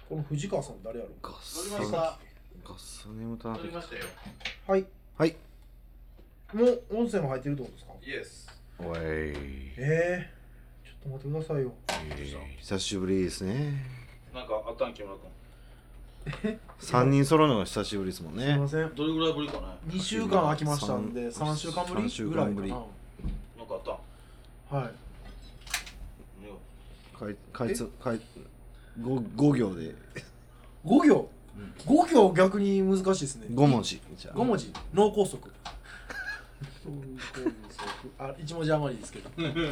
この藤川さん誰やろう。 ガッ撮りました。 ガッサ眠たなっ撮てきた。 りましたよ。 はい。 はい。 もう音声も入ってるってことですか。 イエス。 おい、 ちょっと待ってくださいよ。 久しぶりですね。 なんかあったん木村君。 3人揃うのが久しぶりですもんね。 すいません。 どれぐらいぶりかね。 2週間空きましたんで3週間ぶり 3週ぐらいか間ぶりな。 なんかあったん。 はい。 5行で 5行、5行逆に難しいですね。 5文字。じゃあ 5文字。脳梗塞。あ、1文字余りですけど。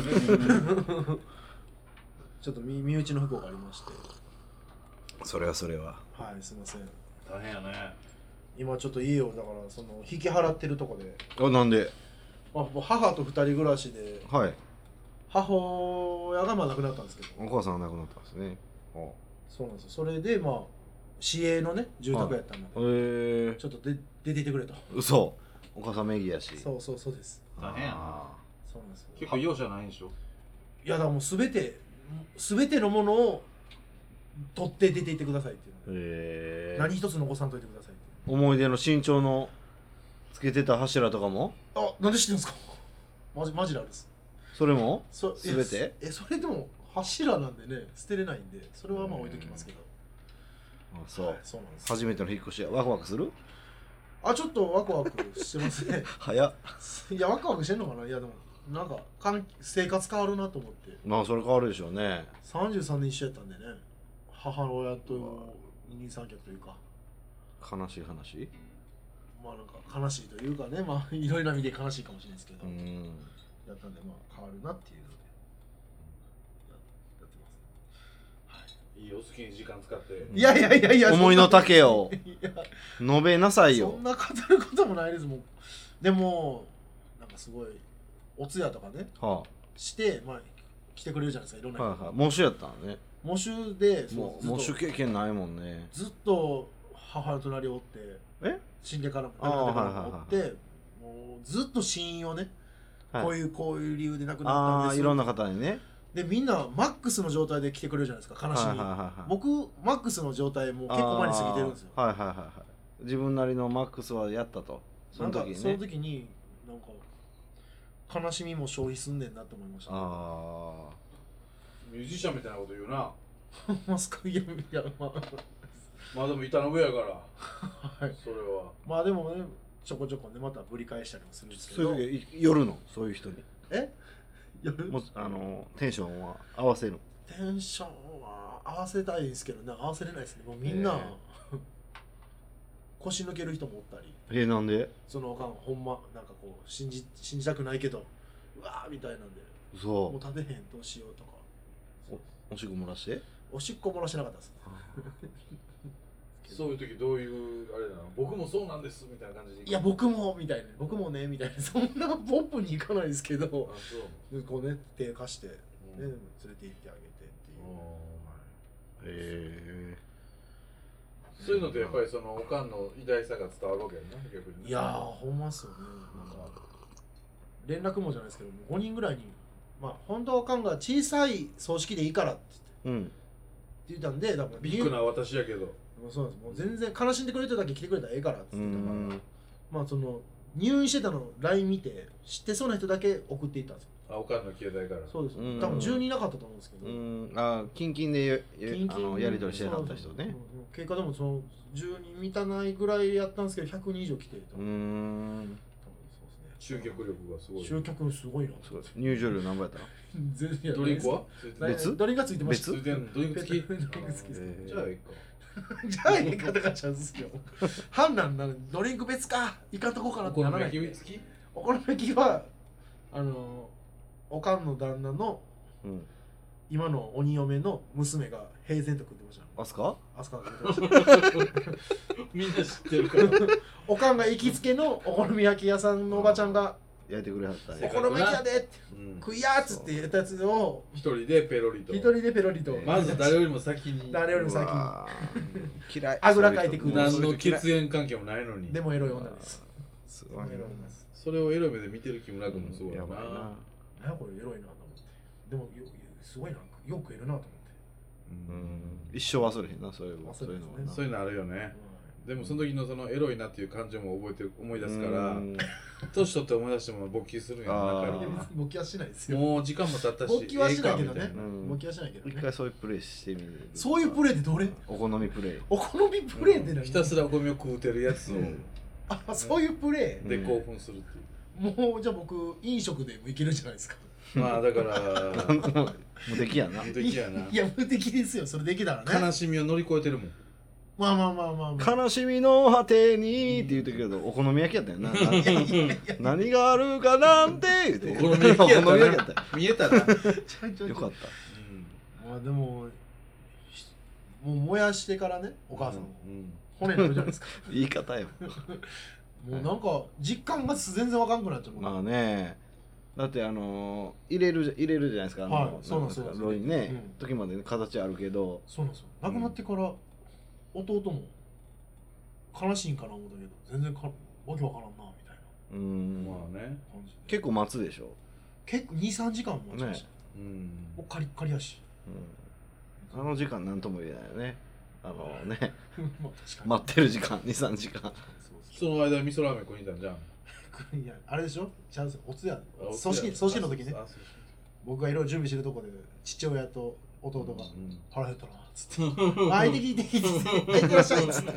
ちょっと身内の不幸がありまして。 それはそれは。 はい、すいません。 大変やね。 今ちょっと家をだからその引き払ってるとこで、 あ、なんで。 まあ、母と2人暮らしではい。 母親がまあ亡くなったんですけど、 お母さんが亡くなったんですね。 そうなんですよ。それでまあ市営のね住宅やったので、ちょっと出ていてくれと。 嘘。お母さん名義やし。 そうです。 大変やな。 そうなんですよ。 結構容赦ないんでしょ。 いやだからもう全てのものを取って出ていってくださいっていうの、何一つ残さんといてくださいっていう。 思い出の身長のつけてた柱とかも。 あ、なんで知ってんですか。マジなんです。 それも全てそれでも柱なんでね捨てれないんで、それはまあ置いときますけど。 あ、そう、 はい、そうなんです。 初めての引っ越しや。ワクワクする。 あ、ちょっとワクワクしてますね。 早っ。 いやワクワクしてんのかな。いやでもなんか生活変わるなと思って。 まあそれ変わるでしょうね。 33年一緒やったんでね、母親と二人三脚というか、 悲しい話。 まあなんか悲しいというかね、まあいろいろな意味で悲しいかもしれないですけど、 うん。 やったんでまあ変わるなっていうのでやってます。 いいよ、好きに時間使って。 いや思いの丈をいや述べなさいよ。 そんな語ることもないですもん。でもなんかすごいお通夜とかねはしてまあ来てくれるじゃないですか、いろんなあ、 人が。 はいはい。模試やったのね。 模試でもうずっと模試経験ないもんね。 ずっと母の隣をおって、 え？ 死んでからあー亡くなってからはいはいはいもおって、もうずっと死因をね、 はいこういう理由で亡くなったんです。 ああ、いろんな方にね。 でみんなマックスの状態で来てくれるじゃないですか、悲しみ。 はいはいはいはい。 僕マックスの状態もう結構前に過ぎてるんですよ。 はいはいはいはい。自分なりのマックスはやったと。その時にね。 その時になんか悲しみも消費すんねんなと思いました、ね。 あミュージシャンみたいなこと言うな。 ますか。いやまあまあでも板の上やから。 はい。 それは。 まあでもね、ちょこちょこねまたぶり返したりもするんですあ。 けど。 そういう時寄るの、そういう人に。 夜もうテンションは合わせる。 テンションは合わせたいですけどね、合わせれないですね。もうみんな、腰抜ける人もおったり。 なんで？ そのおかんほんまなんかこう信じたくないけど、うわーみたいなんで、 そもう立てへんどうしようとか。 おしっこ漏らして。 おしっこ漏らしてなかったですね。 そういう時どういうあれなの？僕もそうなんですみたいな感じで。 いや僕もみたいな、僕もねみたいな、そんなポップにいかないですけど、 あ、そう。 こうね手貸して、ねうん連れて行ってあげてっていう。 そういうのってやっぱりそのおかんの偉大さが伝わるわけやな、逆にね。 いやーほんまっすよね。なんか連絡もじゃないですけど、5人ぐらいに、まあ本当はおかんが小さい葬式でいいからって言ったんで、だからビッグな私やけど。 もうそうなんです。もう全然悲しんでくれる人だけ来てくれたらええからって言ってたから、 うん。 まあその入院してたの LINE 見て知ってそうな人だけ送っていったんですよ。 あ、おかんの携帯から。 そうです。 うん多分10人いなかったと思うんですけど、 キンキンでキンキンやり取りしてはった人ね。 結果でもその10人満たないぐらいやったんですけど、100人以上来て多分そうですね。 集客力がすごい。 集客すごいな。 そうです。入場料何倍やったの？ 全然ドリンクは別ドリンクがついてました。 ついてんの？ドリンク付き？ ドリンク付きじゃあいいか。 じゃあいいかとかちゃうんですよ。判断なのにドリンク別かいかんとこうかなってならない。 お好み焼き付き？ お好み焼きはおかんの旦那の今の鬼嫁の娘が平然と食ってました。 アスカ？ アスカが食ってました。 みんな知ってるから。 おかんが行きつけのお好み焼き屋さんのおばちゃんが焼いてくれはったおね。 好み焼き屋でって食いやーっつって言ったやつを一人でペロリと。 一人でペロリとまず誰よりも先に。 誰よりも先に嫌い。 あぐらかいてくる。 何の血縁関係もないのに。 でもエロい女です。 すごいな。 それをエロ目で見てる木村君もすごいな。 やばいな。 なんやこれエロいなと思って。でもすごいな、よく食えるなと思って。 一生忘れへんな、そういうのはな。 そういうのあるよね。でもその時のそのエロいなっていう感情も思い出すから年取って思い出しても勃起するんやな。 勃起はしないですよ。 もう時間も経ったし勃起はしないけどね。勃起はしないけどね。 一回そういうプレイしてみる。 そういうプレイってどれ？ お好みプレイ。 お好みプレイって何？ ひたすらお米を食うてるやつをあ、そういうプレイで興奮するっていう。 もうじゃあ僕飲食でもいけるじゃないですか。 まあだから無敵やな。 無敵やな。 いや無敵ですよ、それできたらね。 悲しみを乗り越えてるもん。 まあ悲しみの果てにって言うてるけど、お好み焼きやったよな。何があるかなんて言うて。 お好み焼きやったな。 見えたらよかった。 まあでももう燃やしてからね、お母さん骨になるじゃないですか。 言い方よ。 もうなんか実感が全然わかんくなっちゃう。 まあね、だって入れるじゃないですか。 はい、そうなんですよ。 ロインね、時まで形あるけど。 そうなんですよ。亡くなってから弟も悲しいんかな思ったけど、全然わけわからんなみたいな。 まあね。 結構待つでしょ。 結構2、3時間も待ちました。もうカリッカリやし。 あの時間なんとも言えないよね。ね、 まあ確かに待ってる時間2、3時間。 その間味噌ラーメン食いに行ったんじゃん。 いやあれでしょ、チャンスお通夜葬式の時ね、僕がいろいろ準備してるとこで父親と弟が腹減ったなっつって「あいてきてきて行ってらっしゃい」っつって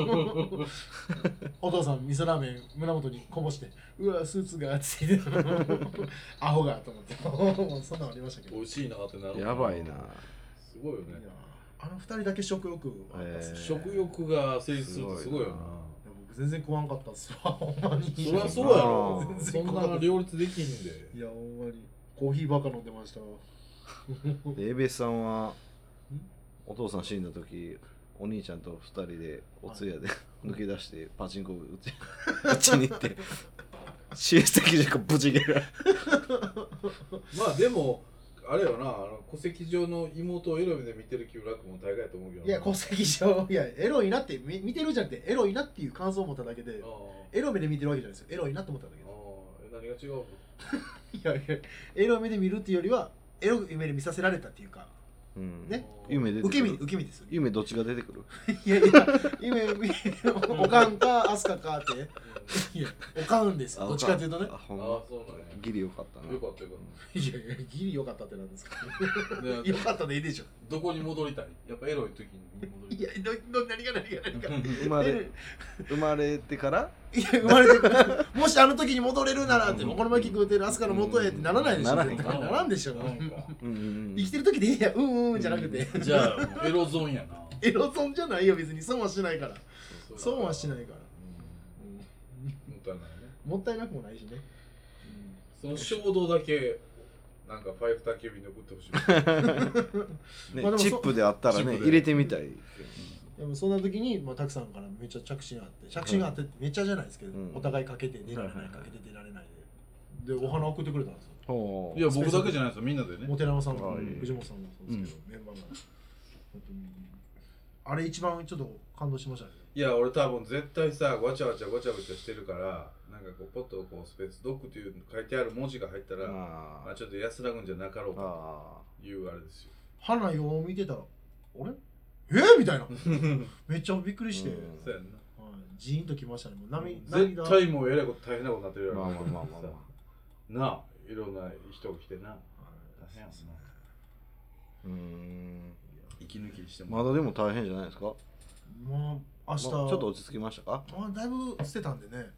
お父さん味噌ラーメン胸元にこぼして「うわスーツが」っつってアホがと思ってもうそんなのありましたけど、 美味しいなってなる。 やばいな。 すごいよね。 あの二人だけ食欲あったっすね。 食欲が成立するってすごいよな。 僕全然食わんかったっすわ、ほんまに。 そりゃそうやろ。そんな両立できんで。 いやほんまにコーヒーばっか飲んでました。 でエベスさんはお父さん死んだ時、お兄ちゃんと2人でお通夜で抜け出してパチンコ打ちに行って親戚じゃぶち切れられまあでもあれよな、戸籍上の妹をエロ目で見てる気楽も大概やと思うけど。 いや戸籍上、いやエロいなって見てるじゃなくてエロいなっていう感想を持っただけで、エロ目で見てるわけじゃないですよ。エロいなって思っただけで。 何が違う？ いやエロ目で見るっていうよりはエロ目で見させられたっていうか、ね、 夢出てくる。 受け身ですよね。 夢どっちが出てくる？ いや夢おかんかアスカかって。いやおかんです。どっちかっていうとね。 そうなんや。 ギリよかったな。 よかったよかった。 いやギリよかったってなんですか。よかったでいいでしょ。 どこに戻りたい？やっぱエロい時に戻りたい。 いや何が生まれてから？ いや生まれてからもしあの時に戻れるならってお好み焼き食うてるアスカの元へってならないでしょ。ならんでしょ。生きてる時でいいやじゃなくて。 じゃあエロゾーンやな。 エロゾーンじゃないよ別に。損はしないから。損はしないから。 もったいないね。 もったいなくもないしね。 その衝動だけなんかファイブ宅急便で送ってほしい。 チップであったらね入れてみたい。 でもそんな時にたくさんからめっちゃ着信があってめっちゃじゃないですけど、お互いかけて出られないかけて出られないでお花送ってくれたんですよ。 いや僕だけじゃないですよ、みんなでね。 モテラマさんと藤本さんもそうですけど、メンバーが本当にあれ一番ちょっと感動しましたね。 いや俺多分絶対さわちゃわちゃしてるからなんかこうポッとこうスペースドッグという書いてある文字が入ったらまあちょっと安らぐんじゃなかろうかというあれですよ。 花よう見てたらあれみたいなめっちゃびっくりして、 そうやんな、 ジーンときましたね。もう絶対もうえらいこと大変なことになってるやろ。なあいろんな人が来てな大変やもんな。息抜きしてもまだでも大変じゃないですか。 もう明日ちょっと落ち着きましたか。 だいぶ捨てたんでね。でも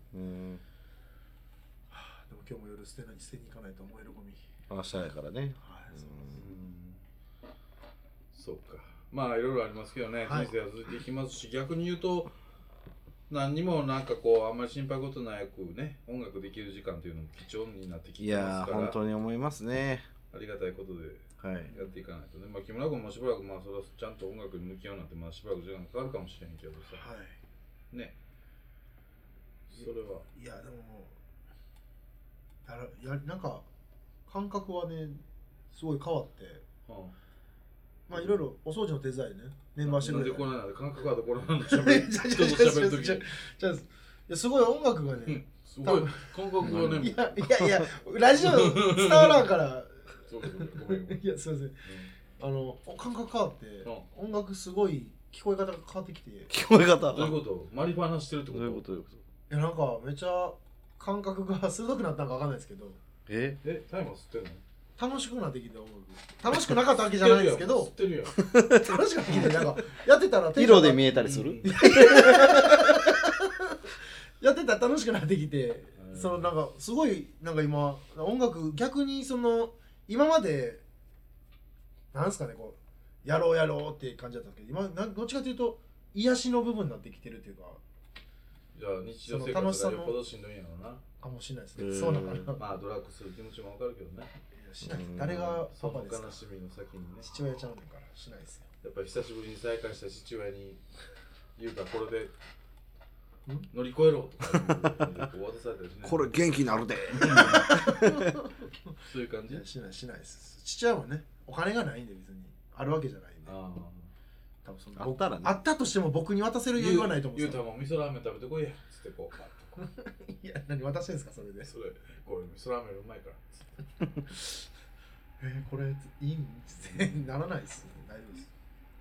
今日も夜捨てに行かないと燃えるゴミ。 明日やからね。 そうか。まあいろいろありますけどね、人生は続いていきますし、逆に言うと何にもなんかこうあんまり心配事なくね音楽できる時間というのも貴重になってきてますから。 いや本当に思いますね。 ありがたいことでやっていかないとね。まあ木村君もしばらくそれはちゃんと音楽に向き合うなんてしばらく時間かかるかもしれんけどさ。ね。それは。 いやでもなんか感覚はねすごい変わって。まあいろいろお掃除の手伝いねメンバーしてくれて。なんでこれなんで感覚はどころなんで人と喋るときに。すごい音楽がね。 すごい感覚がね。 いやラジオ伝わらんから。いやすいません。 感覚変わって、音楽すごい聞こえ方が変わってきて。 聞こえ方どういうこと？マリファナしてるってこと？ どういうこと？ いやなんかめっちゃ感覚が鋭くなったんかわかんないですけど。 タイマー吸ってるの？ 楽しくなってきて音楽。楽しくなかったわけじゃないですけど。 吸ってるよ。 楽しくなってきてなんかやってたら色で見えたりする？ やってたら楽しくなってきて、そのなんかすごいなんか今音楽逆にその今までなんですかねこうやろうって感じだったんですけど、今どっちかというと癒しの部分になってきてるっていうか。 じゃあ日常生活がよっぽどしんどいんやろうな。 かもしれないですね。そうなのかな。 まあドラッグする気持ちもわかるけどね。 しない。誰がパパですか？ 悲しみの先にね。 父親ちゃうねんからしないですよ。 やっぱり久しぶりに再会した父親に言うたこれで乗り越えろとか渡されたりしない。 これ元気になるで。 そういう感じ？ しないです。父親もねお金がないんで別にあるわけじゃないんで。多分そのあったらね。 あったとしても僕に渡せる余裕はないと思う。 言うたらもう味噌ラーメン食べてこいやつってこう。 いや何渡してんすかそれで。 それこれ味噌ラーメンうまいから。 これいいんならないです。大丈夫です。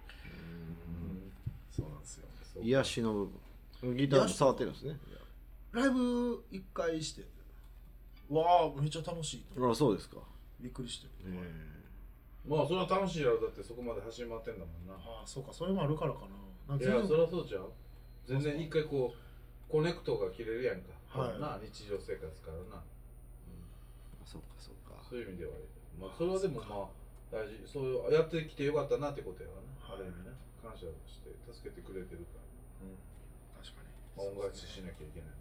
そうなんですよ。 癒しの部分。ギターも触ってるんですね。 ライブ一回して、わあめっちゃ楽しい。 あ、そうですか。 びっくりして。 まあそれは楽しいやろ。だってそこまで走り回ってんだもんな。 ああそうか、それもあるからかな。 いやそりゃそうじゃん。全然一回こうコネクトが切れるやんか。な日常生活からな。 そうかそうか。 そういう意味ではまあそれはでもまあ大事。そうやってきてよかったなってことやわな。ある意味ね感謝して助けてくれてるから。 確かに。 恩返ししなきゃいけない。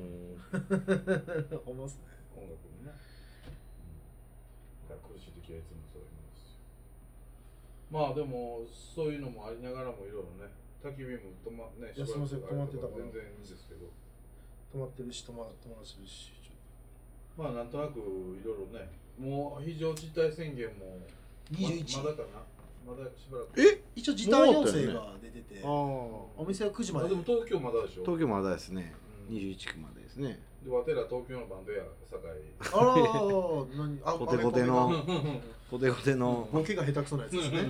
思いますね。 音楽にね。苦しい時はいつもそういうもんですよ。まあでもそういうのもありながらもいろいろね、焚き火も止まってたから全然いいんですけど。 止まってるし止まらせるし。 まあなんとなくいろいろね、もう非常事態宣言も 21 まだかな。まだしばらく。 一応時短要請が出てて、お店は9時まで。 でも東京まだでしょ。 東京まだですね。21区までですね。 で、わてら東京のバンドや堺。 コテコテのボケが下手くそなやつですね。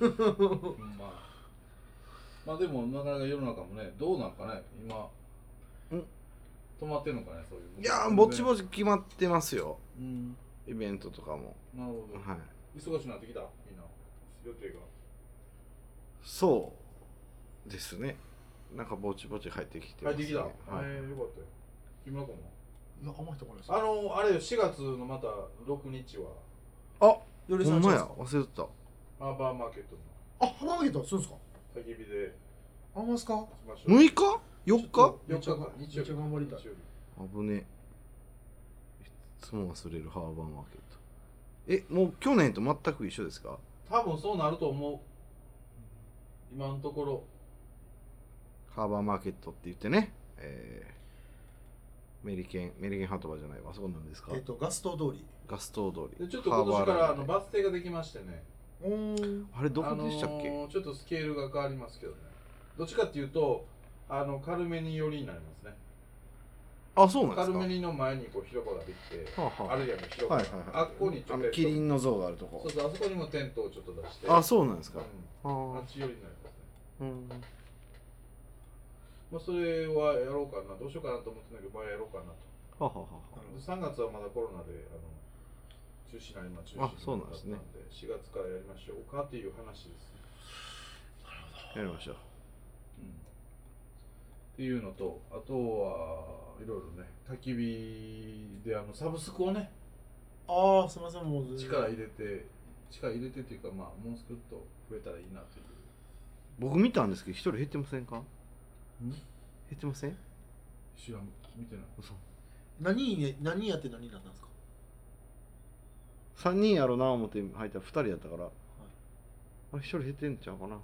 まあでもなかなか世の中もね、どうなんかね、今止まってんのかね、そういう。 いやぼちぼち決まってますよ。イベントとかも。 なるほど。はい。忙しくなってきたみんな予定が。 そうですね。なんかぼちぼち入ってきてますね。入ってきた。よかったよ。木村君も。 いやあんまりとこないです。 あれよ4月のまた6日は。 あ、ほんまや忘れてた。 ハーバーマーケットの。 あ、ハーバーマーケットするんですか。 焚き火で。 あんますか。 6日？4日？ 4日か。日曜日頑張りたい。 危ね。いつも忘れるハーバーマーケット。もう去年と全く一緒ですか？ 多分そうなると思う。今のところ。 ハーバーマーケットって言ってね、メリケンハトバじゃないわ、そうなんですか。 ガスト通り。 ガスト通り。 ちょっと今年からバス停ができましてね。 あれどこでしたっけ？ ちょっとスケールが変わりますけどね。どっちかっていうとカルメニ寄りになりますね。 あ、そうなんですか。 カルメニの前にこう広場ができて、あるやんか広場。あっこにちょっとキリンの像があるとこ。 そうそう、あそこにもテントをちょっと出して。 あ、そうなんですか。 あっち寄りになりますね。まあそれはやろうかな、どうしようかなと思ってんだけど、やろうかなと。3月はまだコロナで中止になります。 そうなんですね。 4月からやりましょうかっていう話です。 やりましょう。 っていうのと、あとはいろいろね、焚き火でサブスクをね、 すみません、もう力入れてっていうか、まあもう少しと増えたらいいなという。 僕見たんですけど、一人減ってませんか？減ってません？ 知らん、見てない。 何やって何になったんですか ？3人やろうな思って入ったら2人やったから、1人減ってんちゃうかな。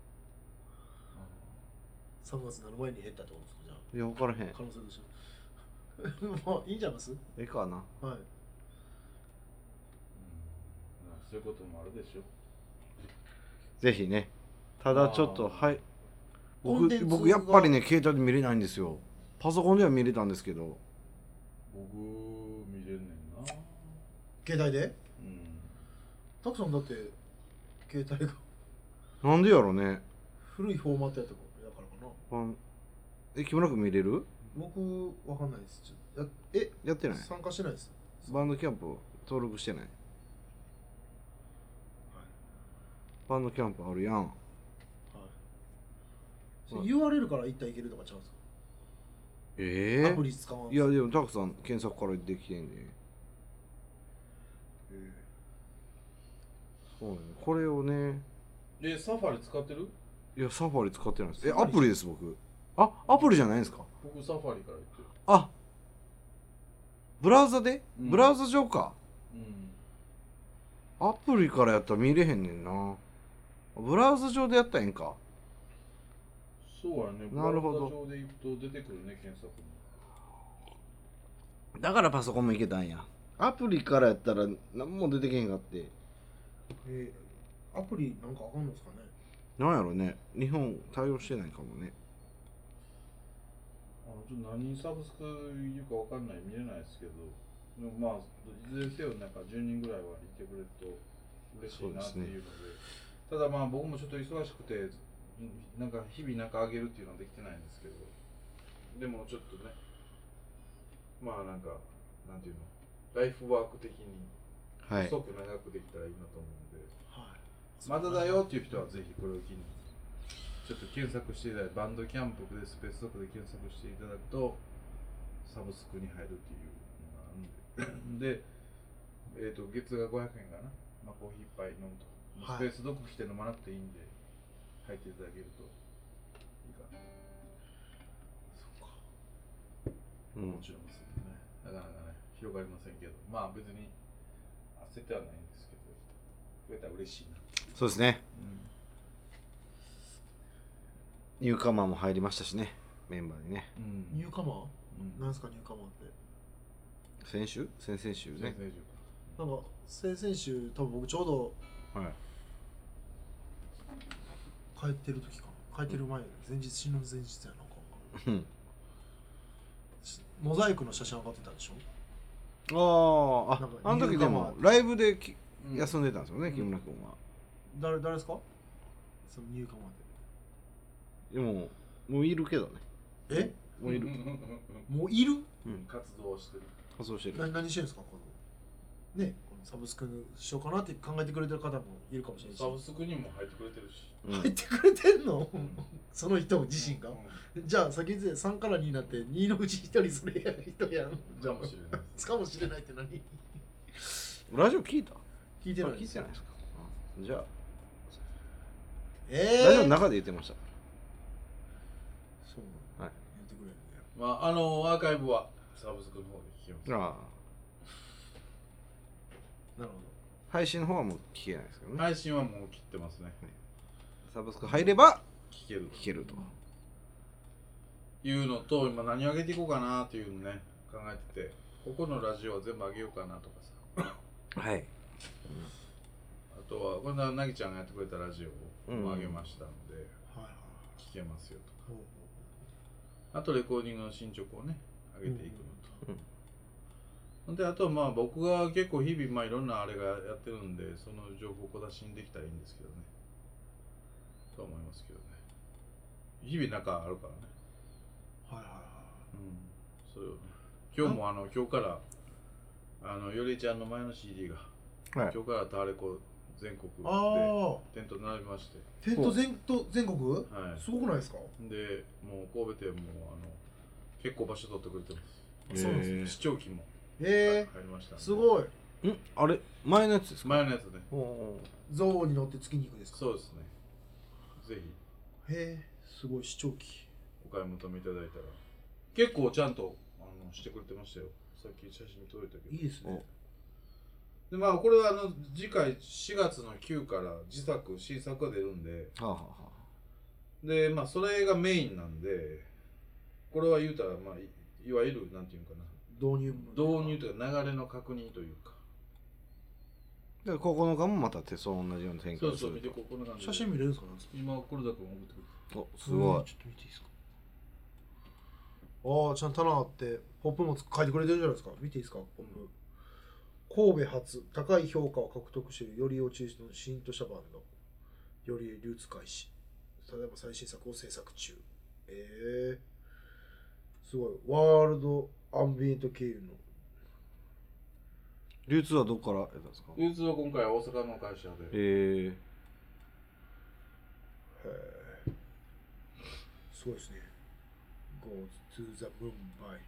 3月になる前に減ったってことですか？じゃあいや分からへん。 可能性でしょ。もういいんじゃないです？ かな。 はい。 そういうこともあるでしょ。 ぜひね。ただちょっと僕やっぱりね携帯で見れないんですよ。パソコンでは見れたんですけど。 僕見れんねんな。 携帯で？たくさんだって携帯がなんでやろね。 古いフォーマットやったからかな。 木村君見れる？ 僕わかんないです。 やってない？ 参加してないです。 バンドキャンプ登録してない？バンドキャンプあるやん。はい。 URL から一体いけるとかちゃうんですか？アプリ使わん。 いやでもたくさん検索からできてんね。そうね。これをね。 サファリ使ってる？ いやサファリ使ってないです。アプリです僕。アプリじゃないんですか？ 僕サファリから言ってる。 ブラウザで？ブラウザ上か。アプリからやったら見れへんねんな。ブラウザ上でやったらええんか。 そうやね。 なるほど。 ブラウザ上で行くと出てくるね、検索に。 だからパソコンもいけたんや。アプリからやったら何も出てけへんかって。 アプリなんかあかんのですかね。 なんやろね。日本対応してないかもね。 ちょっと何サブスクいるかわかんない、見れないですけど、でもまあいずれにせよなんか10人ぐらいはいてくれると嬉しいなっていうので、ただまあ僕もちょっと忙しくてなんか日々なんかあげるっていうのはできてないんですけど、でもちょっとね、まあなんかなんていうの、ライフワーク的に細く長くできたらいいなと思うんで、まだだよっていう人はぜひこれを機にちょっと検索していただいて、バンドキャンプでスペースドックで検索していただくとサブスクに入るっていうのがあるんで月が500円かな、まあ、コーヒー一杯飲むと、スペースドック来て飲まなくていいんで入っていただけるといいかな。そうか、もちろんですね、なかなかね広がりませんけど、まあ別に焦ってはないんですけど、増えたら嬉しいな。 そうですね、ニューカマーも入りましたしね、メンバーにね。 ニューカマー？なんすかニューカマーって？ 先々週ね。 なんか先々週多分僕ちょうど帰ってる時かな、帰ってる前、死ぬ前日やなんかモザイクの写真上がってたでしょ。 あの時でもライブで休んでたんですよね、木村君は。 誰ですか？そのニューカマーでもういるけどね。もういる。 もういる？ 活動してる。 何してるんですか？ね、サブスクしようかなって考えてくれてる方もいるかもしれないし。 サブスクにも入ってくれてるし。 入ってくれてんの？その人自身が。じゃあ先生3から2になって2のうち1人それやる人やん。 かもしれない。 かもしれないって何？ ラジオ聞いた？ 聞いてない。 聞いてないですか？じゃあ。 ラジオの中で言ってました。 そう。はい。言ってくれるね。 まあアーカイブはサブスクの方で聞けます。 なるほど。 配信の方はもう聞けないですけどね。 配信はもう切ってますね。 サブスク入れば聞けるというのと、今何上げていこうかなっていうのね考えてて、ここのラジオは全部上げようかなとかさ。 はい。 あとはこれなぎちゃんがやってくれたラジオを上げましたので、聞けますよとか。あとレコーディングの進捗をね上げていくのと。であとはまあ僕が結構日々まあいろんなあれがやってるんで、その情報を小出しにできたらいいんですけどねと思いますけどね。日々なんかあるからね。それをね、今日も今日からよりちゃんの前の CD が、今日からタワレコ全国でテント並びまして。 テント全国？はい。すごくないですか？ でもう神戸店も結構場所取ってくれてます。 そうです。 視聴器も入りました。 すごい。 あれ前のやつですか？ 前のやつね。 ゾウに乗って月に行くですか？ そうですね。ぜひ。へえ、すごい視聴器。 お買い求めいただいたら結構ちゃんとしてくれてましたよ。さっき写真届いたけど。 いいですね。 でまあこれは次回4月の9から新作が出るんで、でまあそれがメインなんで、これは言うたらまあいわゆるなんていうかな、導入というか流れの確認というか。 で9日もまた手相同じような展開する。 そう見てこんな感じ。 写真見れるんですか？ 今これだけ送ってくる。 すごい。 ちょっと見ていいですか？ちゃんと棚あってポップも書いてくれてるじゃないですか。見ていいですか？ポップ。神戸発高い評価を獲得しているよりを中心のシーンとしたバンド。 より流通開始。ただいま最新作を制作中。すごい。ワールドアンビエント経由の。 流通はどこからやったんですか？ 流通は今回は大阪の会社で。 へえ。すごいですね。Goes to the moon by。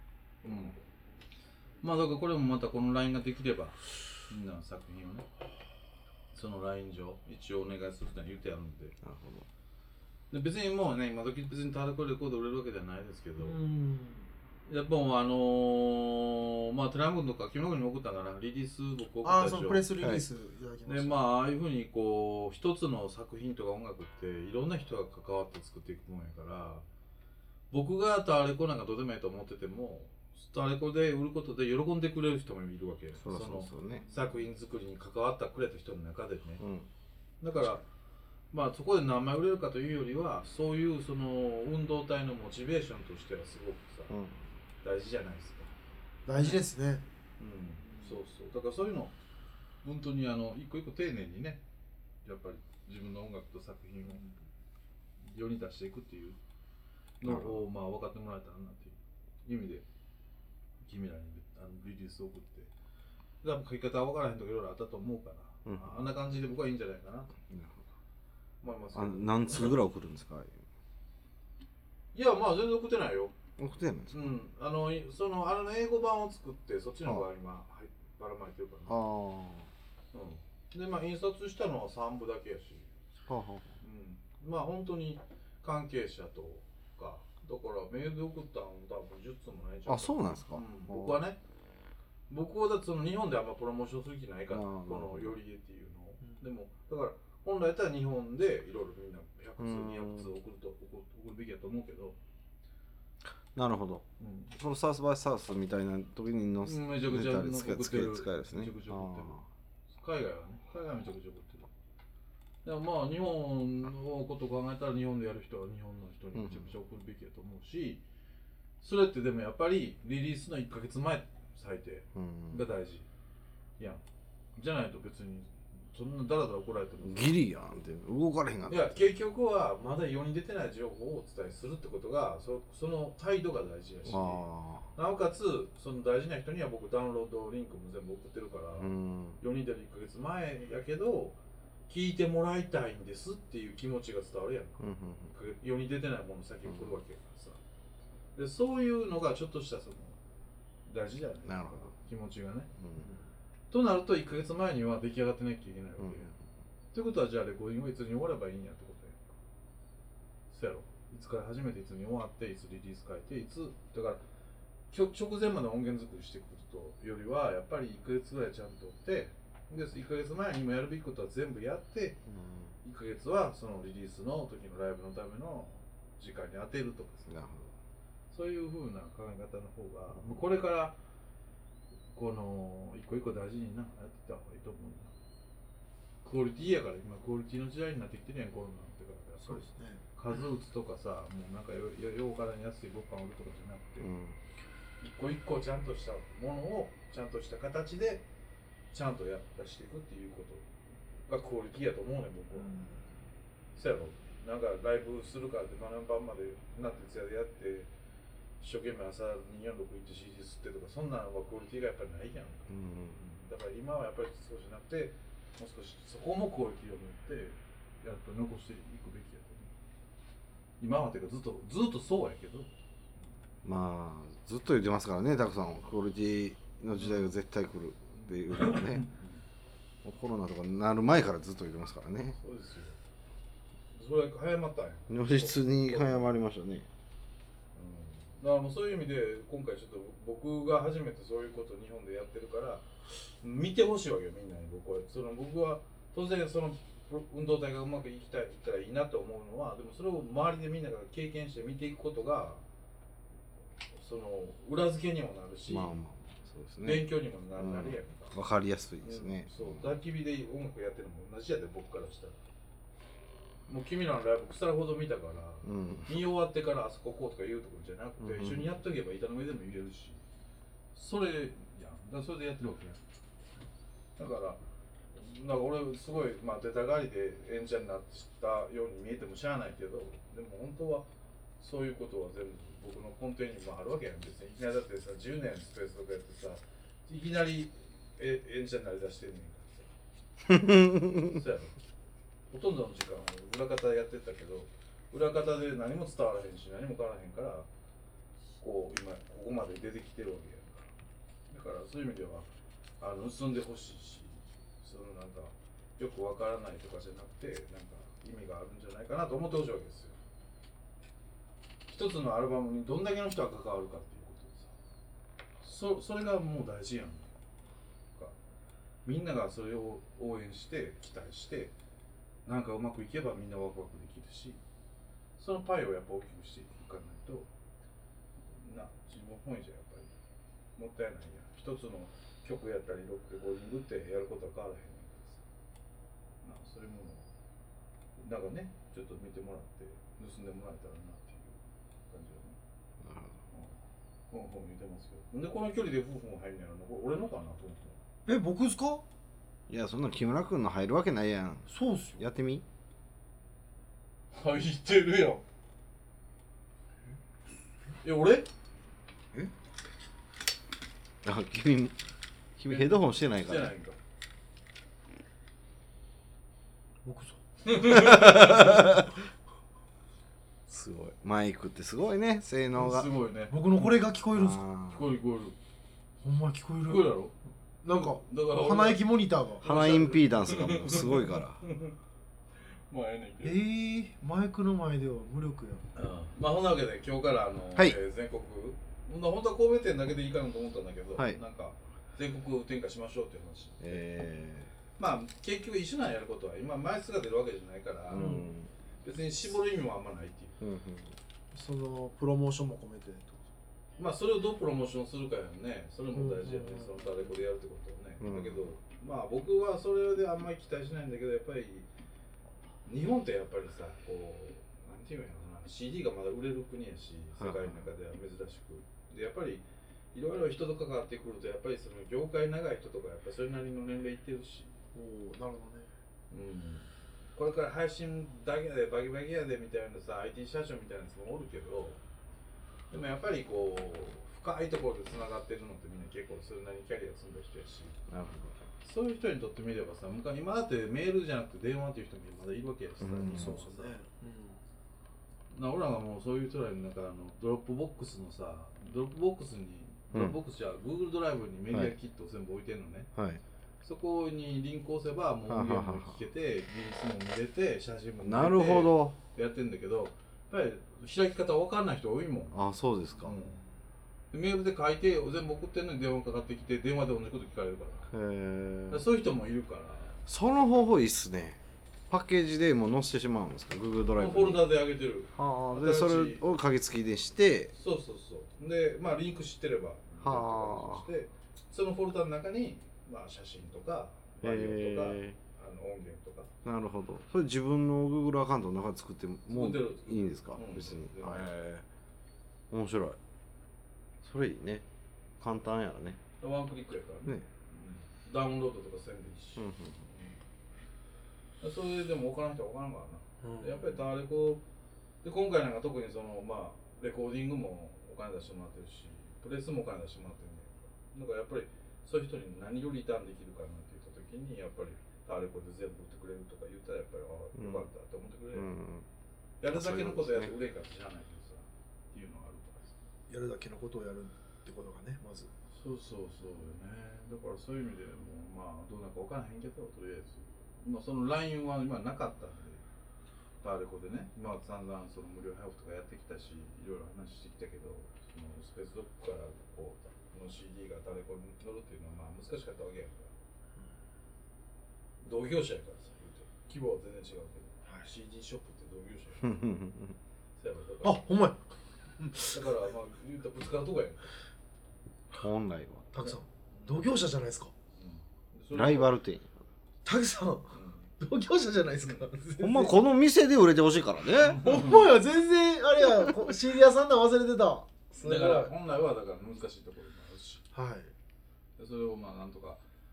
まあだからこれもまたこの LINE ができれば、みんなの作品をね、その LINE 上、一応お願いするとは言ってあるんで。 なるほど。 で別にもうね、今時別にタレコレコード売れるわけではないですけど、やっぱまあトランプとか木村君に送ったからリリース僕送ったでしょ。 そのプレスリリースいただきました。 でまあああいうふうにこう一つの作品とか音楽っていろんな人が関わって作っていくもんやから、僕がタレコなんかどうでもいいと思っててもタレコで売ることで喜んでくれる人もいるわけ。 そうね、 作品作りに関わってくれた人の中でね、だからまあそこで何枚売れるかというよりはそういうその運動体のモチベーションとしてはすごくさ、大事じゃないですか。 大事ですね。 そうそう。だからそういうの本当に一個一個丁寧にね、やっぱり自分の音楽と作品を世に出していくっていうのをまあ分かってもらえたらなっていう意味で君らにリリースを送って、だから書き方は分からへんとかいろいろあったと思うから、あんな感じで僕はいいんじゃないかなと思います。 何通ぐらい送るんですか？ いやまあ全然送ってないよ。 送ってないんですか？ 英語版を作ってそっちの方が今ばらまいてるからね。でまあ印刷したのは3部だけやし、まあ本当に関係者とかだからメールで送ったの多分10通もないじゃん。 そうなんですか？ 僕はね、僕はだってその日本であんまプロモーションする気ないから、このよりえっていうのを、でもだから本来やったら日本でいろいろみんな100通200通送るべきやと思うけど。 なるほど。そのサウスバイサウスみたいな時に載せたり使えるですね。 海外はね、海外はめちゃくちゃ送ってる。でもまあ日本のことを考えたら日本でやる人は日本の人にめちゃくちゃ送るべきやと思うし、それってでもやっぱりリリースの1ヶ月前最低が大事やん。じゃないと別にそんなダラダラ怒られてもギリやんって動かれへんが。 いや結局はまだ世に出てない情報をお伝えするってことがその態度が大事やし、なおかつその大事な人には僕ダウンロードリンクも全部送ってるから、世に出る1ヶ月前やけど聞いてもらいたいんですっていう気持ちが伝わるやんか、世に出てないもの先送るわけやからさ、でそういうのがちょっとしたその大事じゃない。 なるほど。 気持ちがね、となると1ヶ月前には出来上がってなきゃいけないわけや、ということはじゃあレコーディングはいつに終わればいいんやってことや。そやろ、いつから始めていつに終わっていつリリース書いていつだから直前まで音源作りしていくことよりはやっぱり1ヶ月ぐらいちゃんとってで1ヶ月前に今やるべきことは全部やって、1ヶ月はそのリリースの時のライブのための時間に当てるとかさ、そういう風な考え方の方が、これからこの一個一個大事にやってた方がいいと思うんだ。クオリティやから今クオリティの時代になってきてるやん、コロナってから。 そうですね。 数打つとかさ、もうなんかようからに安い物販を売るとかじゃなくて、一個一個ちゃんとしたものをちゃんとした形でちゃんと出していくっていうことがクオリティやと思うねん僕は。そやろ、なんかライブするからってマナンバンまでなってやでやって一生懸命朝246行って CD 吸ってとかそんなのはクオリティがやっぱりないやんか、だから今はやっぱりそうじゃなくてもう少しそこもクオリティを持ってやっぱ残していくべきやと思う。今はていうかずっとそうやけど、 まあずっと言ってますからね、たくさんクオリティの時代が絶対来るっていうのはねコロナとかになる前からずっと言ってますからね。 そうですよ。それ早まったんや。 如実に早まりましたね。 だからもうそういう意味で今回ちょっと僕が初めてそういうことを日本でやってるから見てほしいわけよ、みんなに。僕は当然その運動体がうまくいったらいいなと思うのは、でもそれを周りでみんなが経験して見ていくことがその裏付けにもなるし、 そうですね、 勉強にもなるやんか。 分かりやすいですね。 そう、焚き火で音楽やってるのも同じやで、僕からしたら。もう君らのライブ腐るほど見たから、見終わってからあそここうとか言うとこじゃなくて、一緒にやっとけば板の上でも入れるし、それやん。だからそれでやってるわけやん。だからなんか俺すごい、まあ、出たがりで演者になったように見えてもしゃあないけど、でも本当はそういうことは全部僕の根底にもあるわけやん。別にいきなりだってさ10年スペースとかやってさいきなり演者になりだしてんねんからさそうやろ。ほとんどの時間裏方やってたけど裏方で何も伝わらへんし何も変わらへんからこう今ここまで出てきてるわけやんか。だからそういう意味では盗んでほしいし、そのなんかよくわからないとかじゃなくてなんか意味があるんじゃないかなと思ってほしいわけですよ。一つのアルバムにどんだけの人が関わるかっていうことでさ、それがもう大事やんか。みんながそれを応援して期待してなんかうまくいけばみんなワクワクできるし、そのパイをやっぱ大きくしていかないと自分本位じゃやっぱりもったいないやん。一つの曲やったりロックレコーディングってやることは変わらへんねんからさ、そういうものをなんかねちょっと見てもらって盗んでもらえたらなっていう感じだね。本見てますけど、なんでこの距離で夫婦も入んねやろな。俺のかなと思って。 僕ですか？ いやそんな木村君の入るわけないやん。 そうっすよ。 やってみ。 入ってるやん。俺？ あ、君ヘッドホンしてないから。 してないんか。 僕さ。 すごい。マイクってすごいね、性能が。 すごいね。 僕のこれが聞こえるんですか？ 聞こえる聞こえる。 ほんま聞こえる。 聞こえるやろ？ なんかだから鼻息モニターが。 鼻インピーダンスがもうすごいから。 まあええねんけど。 マイクの前では無力や。 まあそんなわけで今日からはい全国本当は神戸店だけでいいかなと思ったんだけど、 はいなんか全国展開しましょうっていう話。まあ結局一緒なんやることは今枚数が出るわけじゃないから、別に絞る意味もあんまないっていう。 そのプロモーションも込めて。 まあそれをどうプロモーションするかやんね。それも大事やね。そのタレコでやるってことはね。だけどまあ僕はそれであんまり期待しないんだけど、やっぱり日本ってやっぱりさこうなんていうんやろな、 CD がまだ売れる国やし世界の中では珍しくで、やっぱりいろいろ人と関わってくるとやっぱりその業界長い人とかやっぱりそれなりの年齢いってるし、 なるほどね。 これから配信だけでバキバキやでみたいなさ IT 社長みたいなやつもおるけど、でもやっぱりこう深いところでつながってるのってみんな結構それなりにキャリア積んだ人やし、 なるほど。 そういう人にとってみればさ、今だってメールじゃなくて電話っていう人もまだいるわけやしさ、 そうですね。 俺らがもうそういう人らになんかドロップボックスにドロップボックスじゃ Google ドライブにメディアキットを全部置いてるのね。 はい。 そこにリンク押せばもう音源も聞けて、技術も見れて、写真も見れて、 なるほど。 やってんだけど、やっぱり開き方分かんない人多いもん。 あ、そうですか。 メールで書いて全部送ってんのに電話かかってきて電話で同じこと聞かれるから。そういう人もいるから。 その方法いいっすね。パッケージでもう載せてしまうんですか、Google ドライブに。 フォルダで上げてる。 でそれを鍵付きでして、 そうでまあリンク知ってればしてそのフォルダの中にまあ写真とかバイオとか音源とか。 なるほど。それ自分の Google アカウントの中で作ってもいいんですか、別に。面白い。それいいね。簡単やらね。 ワンクリックやからね。ダウンロードとかせんでいいし。それでも分からん人は分からんからな。やっぱりタワレコで今回なんか特にそのまあレコーディングもお金出してもらってるし、プレスもお金出してもらってるんだけど、だからやっぱりそういう人に何をリターンできるかなって言った時にやっぱりタワレコで全部売ってくれるとか言ったらやっぱりよかったって思ってくれる。やるだけのことやって売れんかって知らないけどさっていうのがあるからさ。 やるだけのことをやるってことがね、まず。 そうよね。だからそういう意味でもまあどうなるか分からへんけど、とりあえず。まあその LINE は今なかったんで、タワレコでね、今は散々その無料配布とかやってきたし、いろいろ話してきたけど、そのスペースドッグからこうの CD がタワレコに乗るっていうのはまあ難しかったわけやから、同業者やからさ、言うて規模は全然違うけど、CD ショップって同業者やからあ、ほんまや。 だからまあ言うたらぶつかるとこやんか。 本来はたくさん同業者じゃないですか。 ライバル店。 たくさん同業者じゃないですか。 ほんまこの店で売れてほしいからね。 ほんまや、全然あれや、CD 屋さんなん忘れてた。 だから本来はだから難しいところもあるし、 はい。 それをまあなんとか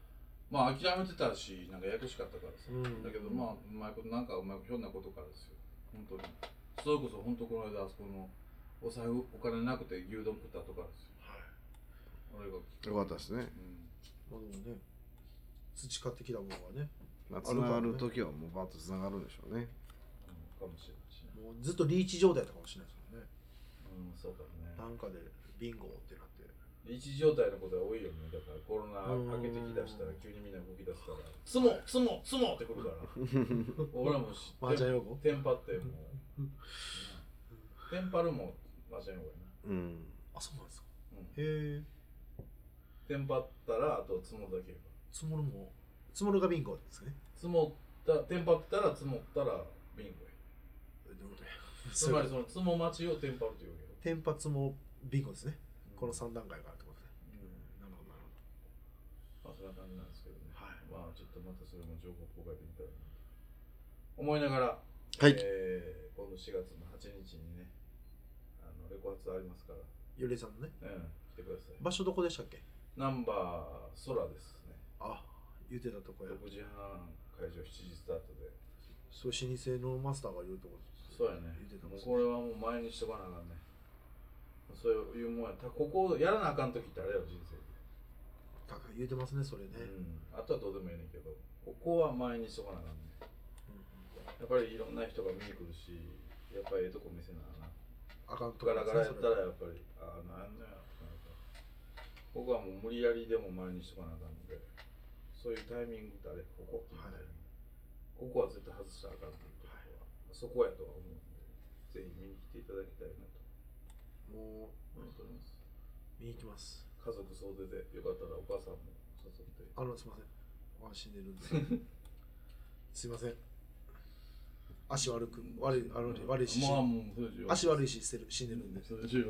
まあ諦めてたし、なんかややこしかったからさ、 うん、 だけどまあうまいことなんかうまいひょんなことからですよ、本当に。それこそ本当この間あそこのお財布お金なくて牛丼食ったとかですよ。はい。俺がよかったですね。 まあでもね、培ってきたものがね、 つながるときはもうバッとつながるんでしょうね。 かもしれないし、ね、 もうずっとリーチ状態だったかもしれないですもんね。 そうだね。 なんかでビンゴってなって。 リーチ状態のことが多いよね。だからコロナ明けてきだしたら急にみんな動き出すから、つもってくるから。俺らもマージャン用語テンパってもう。テンパるもマージャン用語やな。 あ、そうなんですか。へえ。 テンパったらあとつもだけ。 つもるがビンゴですね。 テンパったらつもったらビンゴや。つまりそのつも待ちをテンパるというわけよ。 テンパつもビンゴですね。この3段階があるってことで。なるほどなるほど。まあそんな感じなんですけどね。はい。まあちょっとまたそれも情報公開できたらなと思いながら、 はい。 今度4月の8日にね、レコ発ありますから。 ゆれさんのね。 来てください。 場所どこでしたっけ？ ナンバー空ですね。 あ、言ってたとこや。 6時半会場7時スタートで。 そう老舗のマスターが言うとこ。 そうやね。もうこれはもう前にしとかなあかんね。そういうもんや。ここやらなあかんときってあれよ、人生で。 言うてますね、それね。 あとはどうでもいいねんけど、ここは前にしとかなあかんね。やっぱりいろんな人が見に来るし、やっぱりええとこ見せなあな。 あかんとガラガラやったらやっぱり、なんだよ。ここはもう無理やりでも前にしとかなあかんので、そういうタイミングってあれ、ここっていうタイミング。ここは絶対外したらあかんっていうところは、そこやとは思うんで、ぜひ見に来ていただきたいなと。もう、思っております。 見に行きます。 家族総出で、よかったらお母さんも誘って。 すいません。死んでるんで。すいません。足悪いし、足悪いし死んでるんで。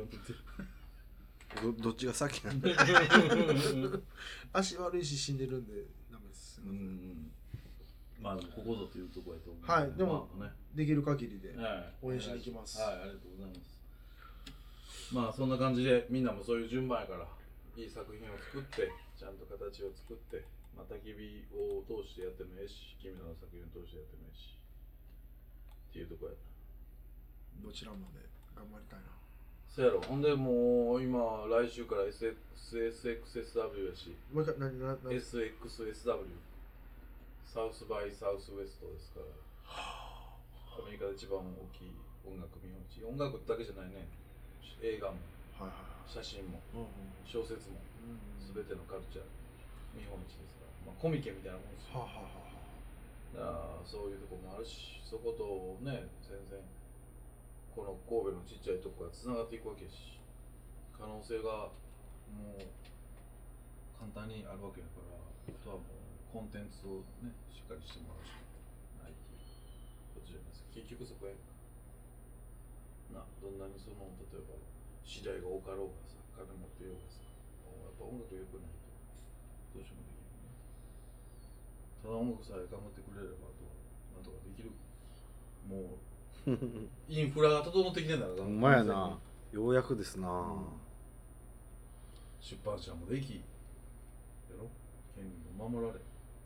どっちが先なんだ足悪いし死んでるんでダメです。 まあでもここぞというところやと思う。 はい、でも、できる限りで応援しに行きます。 はい、ありがとうございます。まあそんな感じでみんなもそういう順番やからいい作品を作ってちゃんと形を作ってまた焚き火を通してやってもええし君らの作品を通してやってもええしっていうとこやな。 どちらまで頑張りたいな。 そうやろ。ほんでもう今来週から SXSW やし、 もう一回 SXSW サウスバイサウスウエストですからアメリカで一番大きい音楽見本市。音楽だけじゃないね、映画も、写真も、小説も、全てのカルチャー見本市ですから、コミケみたいなもんですよ。そういうとこもあるし、そことね全然この神戸のちっちゃいとこがつながっていくわけやし、可能性がもう簡単にあるわけだから、あとはもうコンテンツをねしっかりしてもらうしかないっていうことじゃないですか。結局そこやな。どんなにその例えば次第が多かろうがさ、金持ってようがさ、やっぱ音楽良くないとどうしようもできるね。ただ音楽さえ頑張ってくれればなんとかできる。もうインフラが整ってきてんだから。 ほんまやな。ようやくですな。 出版社もできやろ、権利も守られ。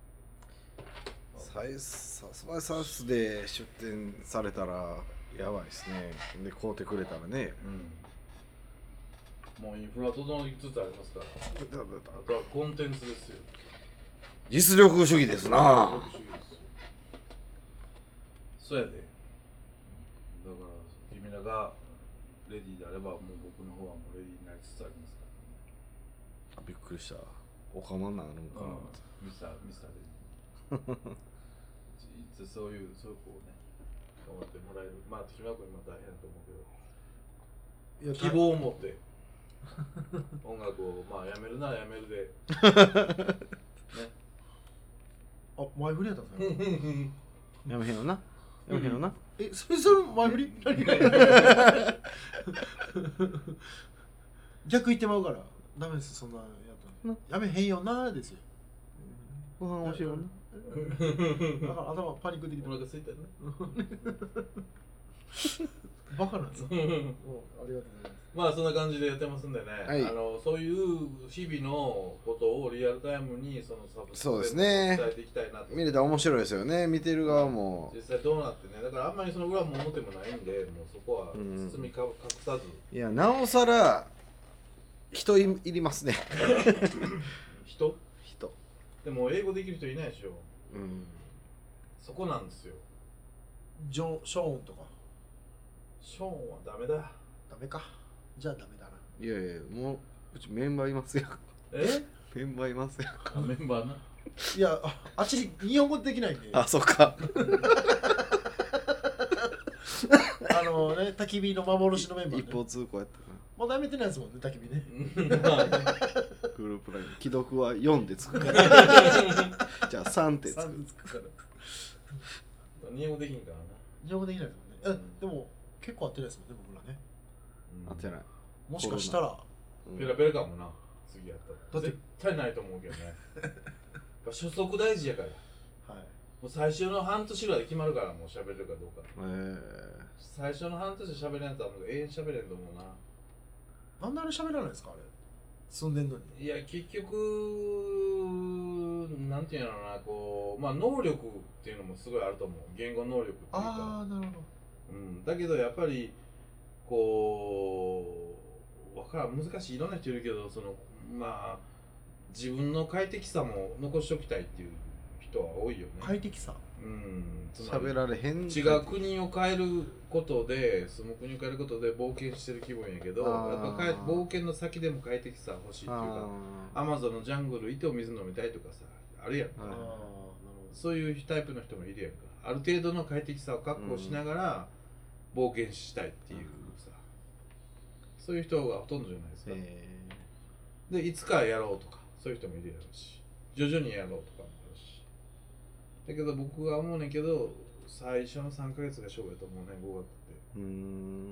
サスバイサウスで出展されたらやばいですね。で買うてくれたらね。 もうインフラ整いつつありますから。あとはコンテンツですよ。 実力主義ですな。 そうやで。だから君らがレディーであればもう僕の方はもうレディーになりつつありますからね。 びっくりした。おかまになるのかな。 ミスターレディー。そういうこうね頑張ってもらえる。まあ木村君今大変だと思うけど、希望を持って音楽をやめるならやめるでね。 あ、前振りやったんですか。 やめへんよな。やめへんよな。 それ前振り逆言ってまうからダメです。そんなやめへんよなですよ。 ご飯欲しいよな。 だから頭パニックできてお腹空いたよね。 バカなんですよ。ありがとうございます。 まあそんな感じでやってますんでね、 はい、 そういう日々のことをリアルタイムにそのサブスクで伝えていきたいなと。 見れたら面白いですよね、見てる側も。 実際どうなってね、だからあんまりその裏も表もないんで、もうそこは包み隠さず、 いや、なおさら人いりますね。 人人でも英語できる人いないでしょ。そこなんですよ。 ショーンとかショーンはダメだ。 ダメか。じゃあダメだな。 いやいや、もううちメンバーいますよ。メンバーいますよ。 メンバーな。 いや、あっち日本語できないんで。 あ、そっか。 焚き火の幻のメンバー、ね、 一方通行やったな。 まだやめてないですもんね、焚き火ね。 グループライン既読は4でつくからじゃあ3ってつくから日本語できんからな。 日本語できないですもんね。でも結構合ってないですもんね、僕らね。 合ってない。 もしかしたらペラペラかもな、次やったら。絶対ないと思うけどね。やっぱ初速大事やから。はい。もう最初の半年ぐらいで決まるから、もう喋れるかどうか。最初の半年で喋れないやつはもう永遠喋れんと思うな。 なんであれ喋らないですか、あれ。住んでんのに。 いや、結局、なんていうのかな、こう、まあ能力っていうのもすごいあると思う。言語能力っていうか。 ああ、なるほど。 だけどやっぱり、こう、難しい、いろんな人いるけど、まあ、自分の快適さも残しておきたいっていう人は多いよね。 快適さ。 喋られへん。 違う国を変えることで、住む国を変えることで冒険してる気分やけど、やっぱ冒険の先でも快適さ欲しいっていうか、アマゾンのジャングルいてお水飲みたいとかさ、あるやんか。そういうタイプの人もいるやんか。ある程度の快適さを確保しながら冒険したいっていうさ、そういう人がほとんどじゃないですか。で、いつかやろうとか、そういう人もいるやろうし、徐々にやろうとかもあるし。だけど僕が思うねんけど、最初の3ヶ月が勝負やと思うね、語学って。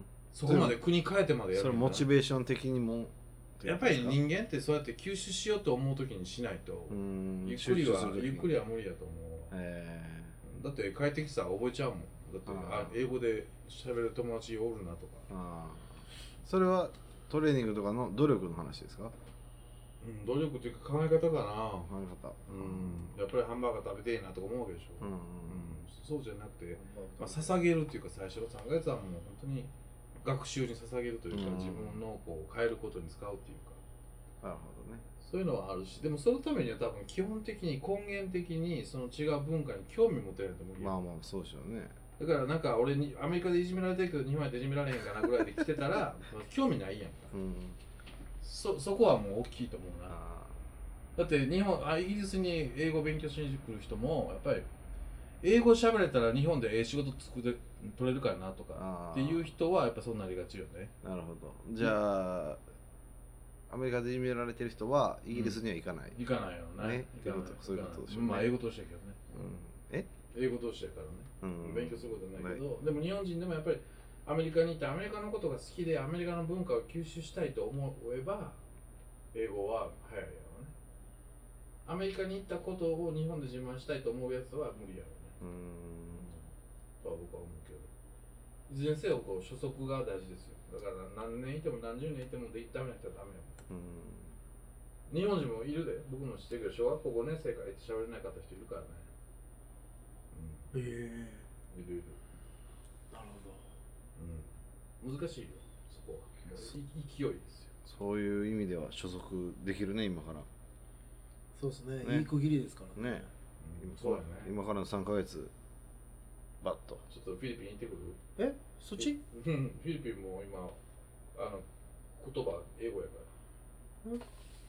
そこまで国変えてまでやる。 それモチベーション的にもやっぱり人間ってそうやって吸収しようと思う時にしないとゆっくりは無理だと思う。だって快適さ覚えちゃうもん。だって英語で喋る友達おるなとか。 それはトレーニングとかの努力の話ですか？ 努力っていうか考え方かな。 考え方。 やっぱりハンバーガー食べてえなとか思うわけでしょ。そうじゃなくて、まあ、捧げるっていうか最初の3ヶ月はもう本当に学習に捧げるというか、自分のこう変えることに使うっていうか。 なるほどね。 そういうのはあるし、でもそのためには多分基本的に根源的にその違う文化に興味持てないと思う。 まあまあそうでしょうね。 だからなんか俺にアメリカでいじめられてるけど日本やでいじめられへんかなぐらいで来てたら興味ないやんか。そこはもう大きいと思うな。だってイギリスに英語勉強しに来る人もやっぱり英語喋れたら日本で仕事取れるからなとかっていう人はやっぱそうなりがちよね。 なるほど。じゃあ、アメリカでいじめられてる人はイギリスには行かない。 行かないよね。 そういうことでしょうね。 まあ英語通してやけどね。英語通してやからね。勉強することないけど、でも日本人でもやっぱりアメリカに行ってアメリカのことが好きでアメリカの文化を吸収したいと思えば英語は早いやろね。アメリカに行ったことを日本で自慢したいと思うやつは無理やろね。とは僕は思うけど、いずれにせよこう初速が大事ですよ。だから何年いても何十年いてもダメな人はダメやもん。日本人もいるで、僕も知ってるけど小学校5年生から喋れなかった人いるからね。いる。 なるほど。難しいよ、そこは。勢いですよ。 そういう意味では所属できるね、今から。 そうですね、いい区切りですからね。 今からの3ヶ月、バッと。 ちょっとフィリピン行ってくる？ そっち？ フィリピンも今、言葉、英語やから。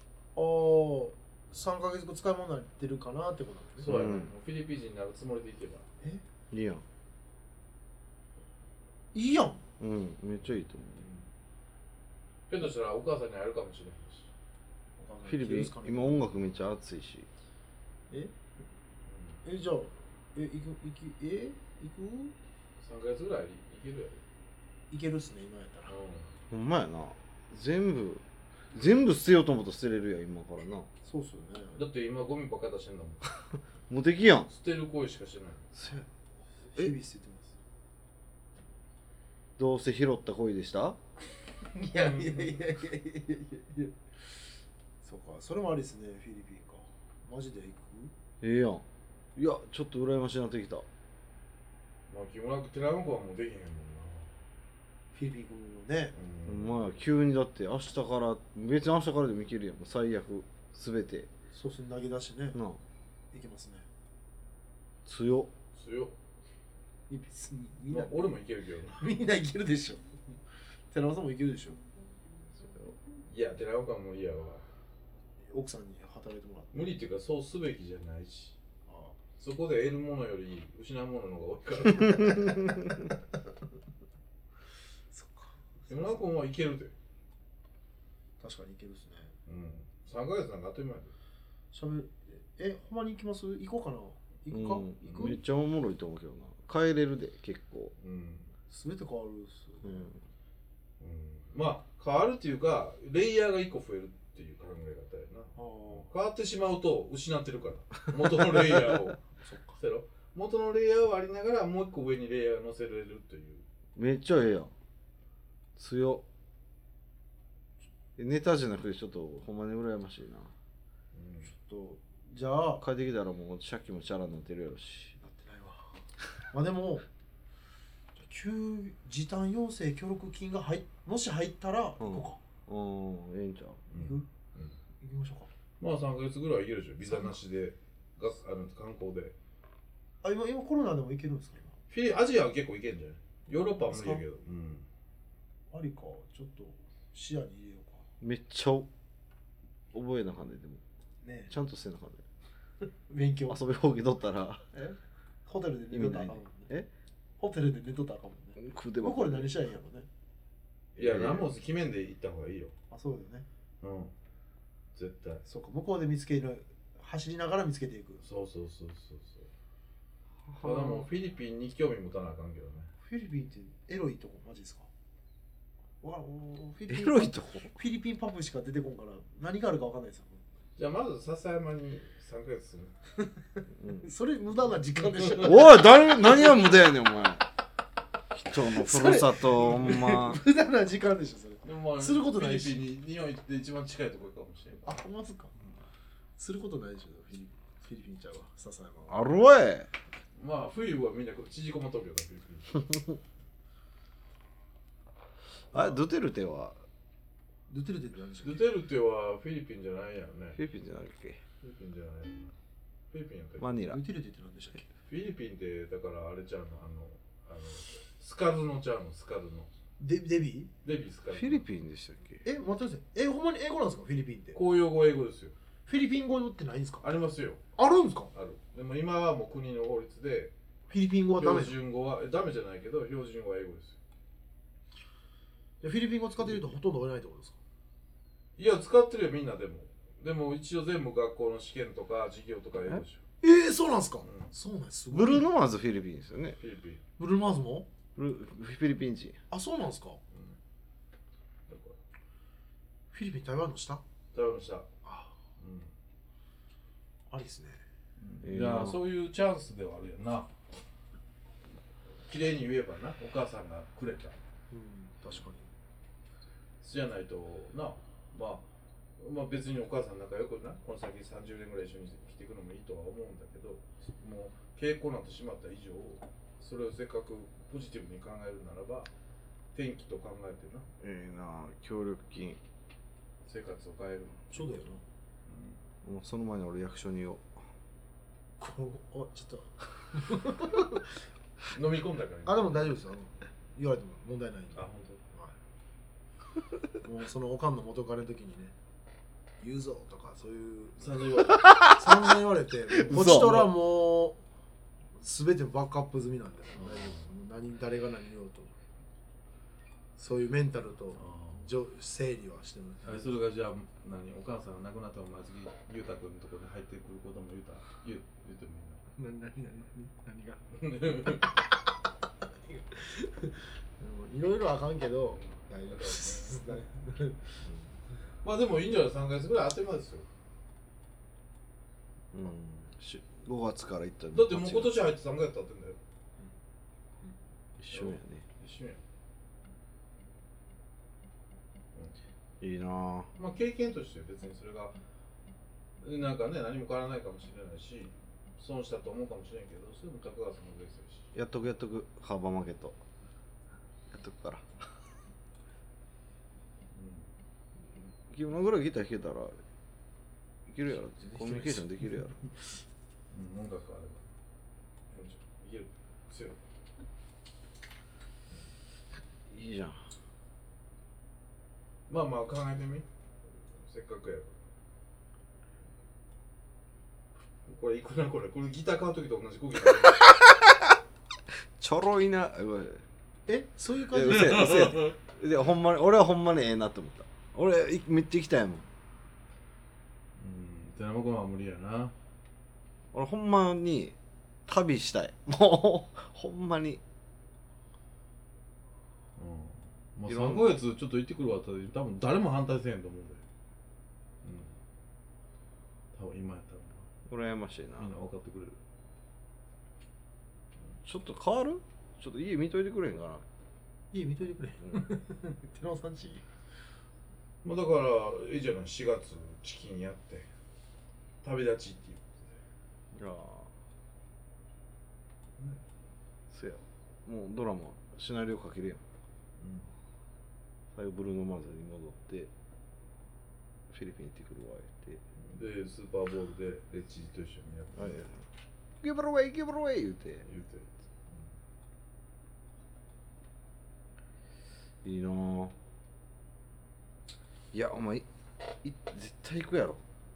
3ヶ月後使い物になってるかなってことなんですね。そうやね。フィリピン人になるつもりでいけば。 いいやん。 いいやん。 めっちゃいいと思う。 ひょっとしたらお母さんに会えるかもしれないし。 フィリピン、今音楽めっちゃ熱いし。 じゃあ、行く ?3 ヶ月ぐらい行けるやろ。 行けるっすね、今やったら。 ほんまやな。全部捨てようと思ったら捨てれるやん、今からな。 そうっすよね。 だって今ゴミばっかり出してんだもん。 無敵やん。 捨てる行為しかしてない。 日々捨ててます。 どうせ拾った恋でした？ いやいやいやいやいやいやそうか、それもありですね、フィリピンか。マジで行く？ ええやん。いや、ちょっと羨ましいなってきた。 まあ木村君寺山君はもうできへんもんな。 フィリピン行くのね。 まあ急にだって明日から別に明日からでもいけるやん。最悪すべてそうする投げ出してね。 なあ。 いけますね。 強強っ。 っ。 別にみんな、 まあ、俺もいけるけどな。 みんないけるでしょ。寺尾さんもいけるでしょ。 いや寺山君はもう嫌わ。 奥さんに働いてもらって。 無理っていうかそうすべきじゃないし。 ああ、 そこで得るものより失うものの方が多いから。 そっか。 寺山君はいけるで。 確かにいけるっすね。 うん。3ヶ月なんかあっという間やで。 しゃべほんまに行きます？行こうかな。行くか？行く？ めっちゃおもろいと思うけどな。帰れるで結構。 すべて変わるっすよね。 まあ変わるっていうかレイヤーが1個増えるっていう考え方やな。変わってしまうと失ってるから元のレイヤーをそっか。そうやろ、元のレイヤーはありながらもう1個上にレイヤーが乗せられるという。 めっちゃええやん。強っ。ネタじゃなくてちょっとほんまに羨ましいな。 ちょっとじゃあ帰ってきたらもう借金もチャラになってるやろし。 なってないわ。まあでも時短要請協力金がもし入ったら行こうか。ええんちゃう。 行く？行きましょうか。 まあ3ヶ月ぐらいいけるでしょ、ビザなしで観光で。 今コロナでも行けるんですか？ アジアは結構行けんじゃない？ヨーロッパは無理やけど。 ありか、ちょっと視野に入れようか。 めっちゃ覚えなあかんね。でもねちゃんとせなあかんね。 勉強。 遊びほうけとったらホテルで寝とったらあかんもんね。ホテルで寝とったらあかんもんね。 食うてばこれ何したらいいんやろね。 いや、何も決めんで行った方がいいよ。 あ、そうだよね。 絶対。 そうか、向こうで見つける、走りながら見つけていく。 そう。ただもうフィリピンに興味持たなあかんけどね。 フィリピンってエロいとこマジですか？ エロいとこ？ フィリピンパブしか出てこんから何があるかわかんないですよ。 じゃあまず笹山に3ヶ月住む。それ無駄な時間でしょ。 おい、何が無駄やねんお前。人のふるさと、ほんま。 無駄な時間でしょそれ。 でもまあ、 することないし。 フィリピンに日本で一番近いところかもしれない。 あ、ほんますか。することないでしょフィリピンちゃうわ、笹山は。あるわい。 まあ冬はみんな縮こまっとるよな、フィリピン。 あれ、ドゥテルテはドゥテルテって何でしたっけ？ ドゥテルテはフィリピンじゃないやんね。 フィリピンじゃないっけ？ フィリピンじゃないやん。フィリピンやったっけ？ マニラ。 ドゥテルテって何でしたっけ？ フィリピンってだからあれちゃうの、スカルノちゃうの、スカルノ。 デビスカルノ。 フィリピンでしたっけ？ 待ってください。ほんまに英語なんですかフィリピンって？ 公用語英語ですよ。 フィリピン語ってないんですか？ ありますよ。 あるんですか？ ある。でも今はもう国の法律でフィリピン語はダメ。 標準語はダメじゃないけど標準語は英語ですよ。 フィリピン語使ってる人ほとんどいないってことですか？ いや、使ってるよみんな。でも一応全部学校の試験とか授業とか英語でしょ。 そうなんですか？そうなんです。 ブルーノマーズフィリピンですよね。 フィリピン。 ブルーマーズもフィリピン人。 あ、そうなんですか？フィリピン台湾の下？ 台湾の下。 ありですね。 いや、そういうチャンスではあるやんな。綺麗に言えばな、お母さんがくれた。 確かに。 じゃないとな、まあ別にお母さん仲良くな、この先30年ぐらい一緒に生きていくのもいいとは思うんだけど、もう傾向になってしまった以上、それをせっかくポジティブに考えるならば、天気と考えてな。 協力金。 生活を変える。 そうだよな。 もうその前に俺役所に言おう。 ちょっと飲み込んだから。 でも大丈夫ですよ。言われても問題ないんで。 あ、本当。 もうそのおかんの元彼の時にね、言うぞとかそういう散々 言われて、こっちとらもう全てバックアップ済みなんで、誰が何言おうと、そういうメンタルと整理はしてます。 それがじゃあお母さんが亡くなったら毎月裕太君のところに入ってくることも言ってもいいの？ 何がいろいろあかんけど大丈夫です。 まあでもいいんじゃない？ 3 ヶ月ぐらいあってまですよ。 5月から行ったんだってもう今年入って3ヶ月経ってんだよ。 一緒やね。 一緒や。 いいなぁ。 まあ経験として別にそれがなんかね何も変わらないかもしれないし損したと思うかもしれんけどそれも高川さんのベースだしやっとくハーバーマーケットやっとくから木村ぐらいギター弾けたらいけるやろ。コミュニケーションできるやろ。 音楽あればいける強いいいじゃん。 まあまあ考えてみせっかくやろこれいくらこれギター買う時と同じ工具ちょろいな。 そういう感じうせえでほんまに俺はほんまにええなと思った。俺めっちゃ行きたいもん。 寺山君は無理やな。 俺ほんまに旅したい。もうほんまに。 もう3ヶ月ちょっと行ってくるわったら多分誰も反対せえへんと思うんで。多分今やったら羨ましいな。 みんな分かってくれる。 ちょっと変わる？ちょっと家見といてくれへんかな。 家見といてくれ。寺尾さんち。 まあだからいいじゃない、4月チキンやって旅立ちっていうことで。 いやせやもうドラマシナリオ書けるやん。最後ブルーノ・マーズに戻ってフィリピン行ってくるわ言ってでスーパーボールでレッチーと一緒にやって、 ギブルウェイギブルウェイ言うていいなぁ。いやお前絶対行くやろ。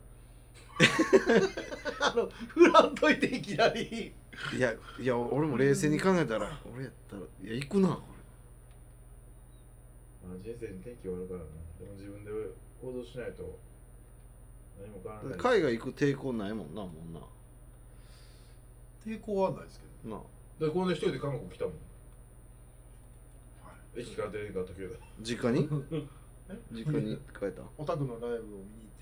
振らんといていきなり。 いや俺も冷静に考えたら俺やったらいや行くなこまあ、人生に天気はあるからな。でも自分で行動しないと何も変わらない。 海外行く抵抗ないもんな抵抗はないですけどな。 でこの間一人で韓国来たもん。駅から出れんかったけど実家に実家に帰ったオタクのライブを見に行って。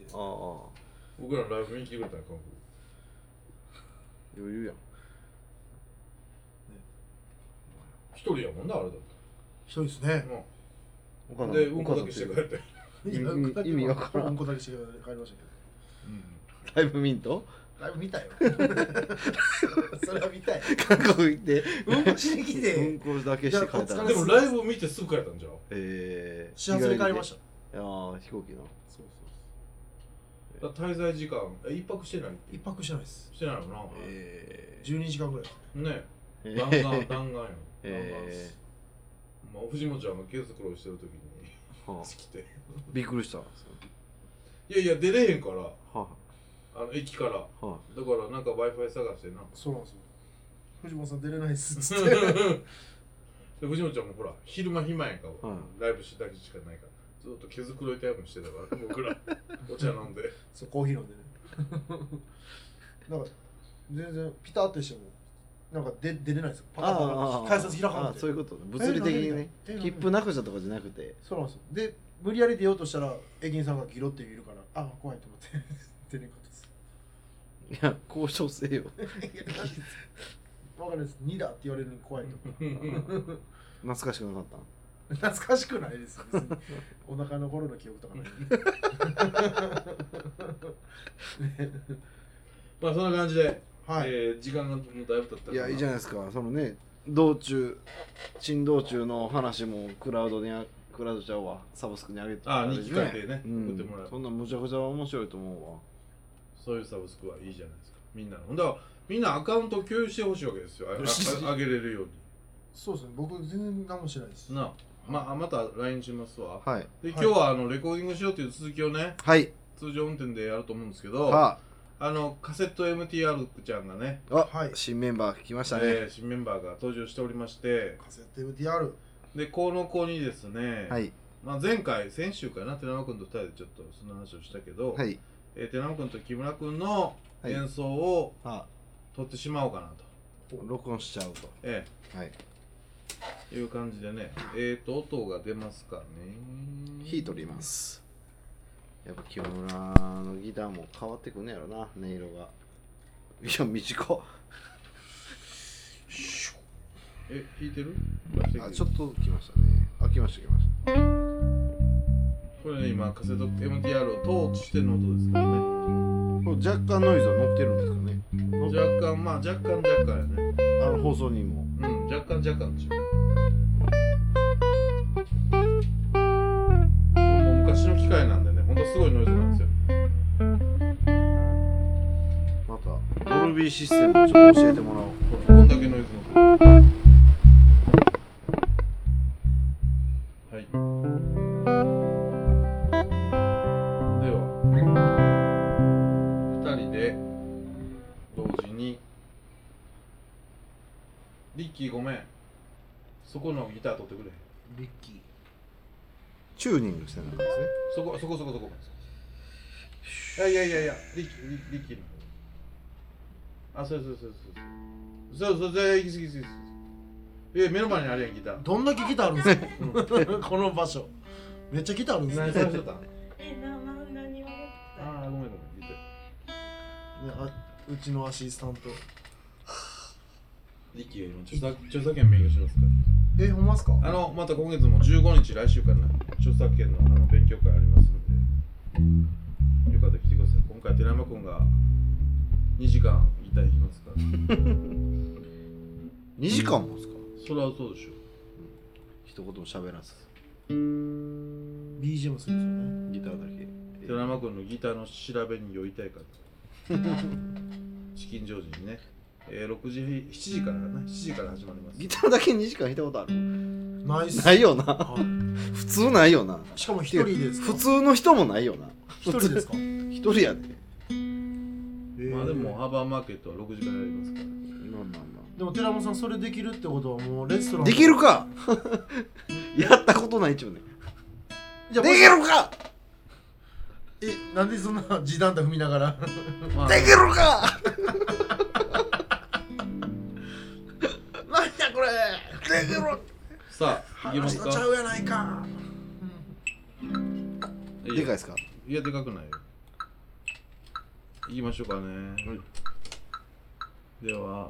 僕らのライブ見に来てくれたよ韓国。余裕やん。 一人やもんなあれだって。 一人ですね。 でうんこだけして帰って。 意味わからん。 うんこだけして帰りましたけど。ライブ見んと？ ライブ見たよ。それは見たい。 韓国行ってうんこしに来て。 うんこだけして帰った。 でもライブ見てすぐ帰ったんじゃん。 始発で帰りました。 いや飛行機な。 そう滞在時間一泊してない？ 一泊してないです。 してないのな。 12時間ぐらいね。弾丸よ。まあ藤本ちゃんが毛づくろいしてる時に来てびっくりした。 いや出れへんから駅からだからなんか Wi-Fi 探してな。 そうなんですよ。藤本さん出れないっすっつってで藤本ちゃんもほら昼間暇やんか、ライブしてだけしかないからずっと毛づくろいタイムしてたから僕らお茶飲んでそうコーヒー飲んでねなんか全然ピタッとしてもなんか出れないですよ。パカパカ改札開かんで。 そういうこと物理的にね切符なくしたとかじゃなくて。 そうなんですよ。で無理やり出ようとしたら駅員さんがギロっているから怖いと思って出れなかったです。 いや交渉せよ。 わかるです。2だって言われるのに怖いと懐かしくなかった？ 懐かしくないですよ。別にお腹の頃の記憶とかない。 まあそんな感じで、時間がもうだいぶ経ったから。 いやいいじゃないですか。そのね珍道中の話もクラウドちゃうわサブスクに上げて日記書いてね、送ってもらう。 そんなむちゃくちゃ面白いと思うわ。 そういうサブスクはいいじゃないですか。みんなのだからみんなアカウントを共有してほしいわけですよ。上げれるように。 そうですね。僕全然何もしないです。 また LINE しますわ。で今日はレコーディングしようという続きをね、通常運転でやると思うんですけど、カセット MTR ちゃんがね、 新メンバー来ましたね。 新メンバーが登場しておりまして、 カセット MTR でこの子にですね、先週かな、寺山君と2人でちょっとその話をしたけど、寺山君と木村君の演奏を撮ってしまおうかなと。 録音しちゃうと。 いう感じでね、音が出ますかね。 弾いとります。やっぱ木村のギターも変わってくんねやろな、音色が。いや、短っ。 弾いてる？ ちょっと来ましたね。来ました。 これね、今カセット MTR を統治しての音ですからね。 これ若干ノイズは乗ってるんですかね。 若干、まあ若干やね。 放送にも。 うん、若干でしょ。もう昔の機械なんでね、ほんとすごいノイズなんですよ。 またドルビーシステムちょっと教えてもらおう。 こんだけノイズの音。はい。では、2人で同時に、リッキーごめん、そこのギター取ってくれ。 リッキーチューニングしてなんですね。 そこ。いや、リッキーの。あ、そう。行き過ぎ。目の前にあるやん、ギター。 どんだけギターあるんですかこの場所めっちゃギターあるんですね。 何探しとったん？ 何をあー、ごめん、ギター。 うちのアシスタント。 リッキーが今著作権勉強しますから。 ほんまっすか？ また今月も15日来週から著作権の勉強会ありますので、よかったら来てください。今回寺山くんが2時間ギター弾きますから。 2時間もですか？ それはそうでしょ。 一言も喋らず BGM するんですよね。 ギターだけ。 寺山くんのギターの調べに酔いたいからチキンジョージにね、7時から始まります。 ギターだけ2時間弾いたことある？ ナイス。 ないよな。 はい、 普通ないよな。 しかも一人ですか？ 普通の人もないよな。 一人ですか？ 一人やで。 まあでもハーバーマーケットは6時からやりますから。 でも寺本さんそれできるってことはもうレストランできるかやったことないっちゅうね。できるかなんでそんな時短踏みながらできるかなんやこれできるさあ、いきますか。 話しちゃうやないか。 でかいですか？ いや、でかくないよ。いきましょうかね。では、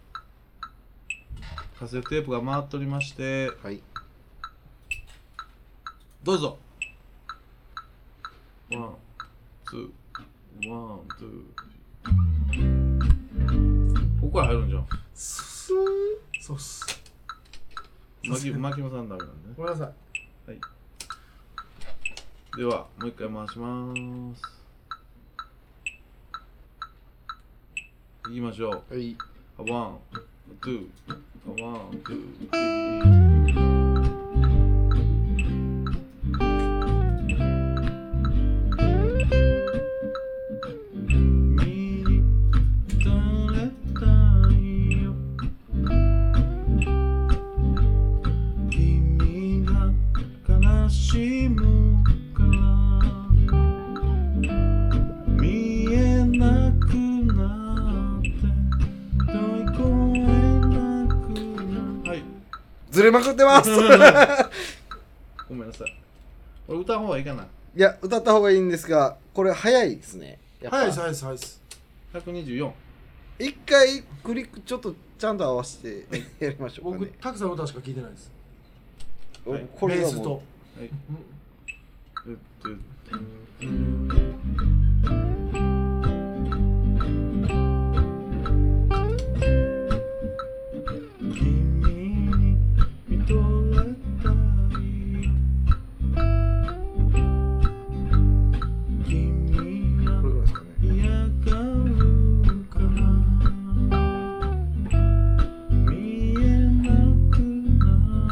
カセットテープが回っておりまして、 はい。 どうぞ。ワン、ツー、ワン、ツー。ここから入るんじゃん。 そうっす。 牧野さんダメなんでね。 ごめんなさい。 はい。では、もう一回回します。いきましょう。 はい。 ワン、ツー、ワン、ツー、スリー。 ずれまくってますごめんなさい。俺歌う方がいいかな。 いや、歌った方がいいんですが、これ早いですね。 早いです。 124。 一回クリックちょっとちゃんと合わせてやりましょうかね。 僕、たくさんの歌しか聞いてないです。 はい、 これベースと。 はい。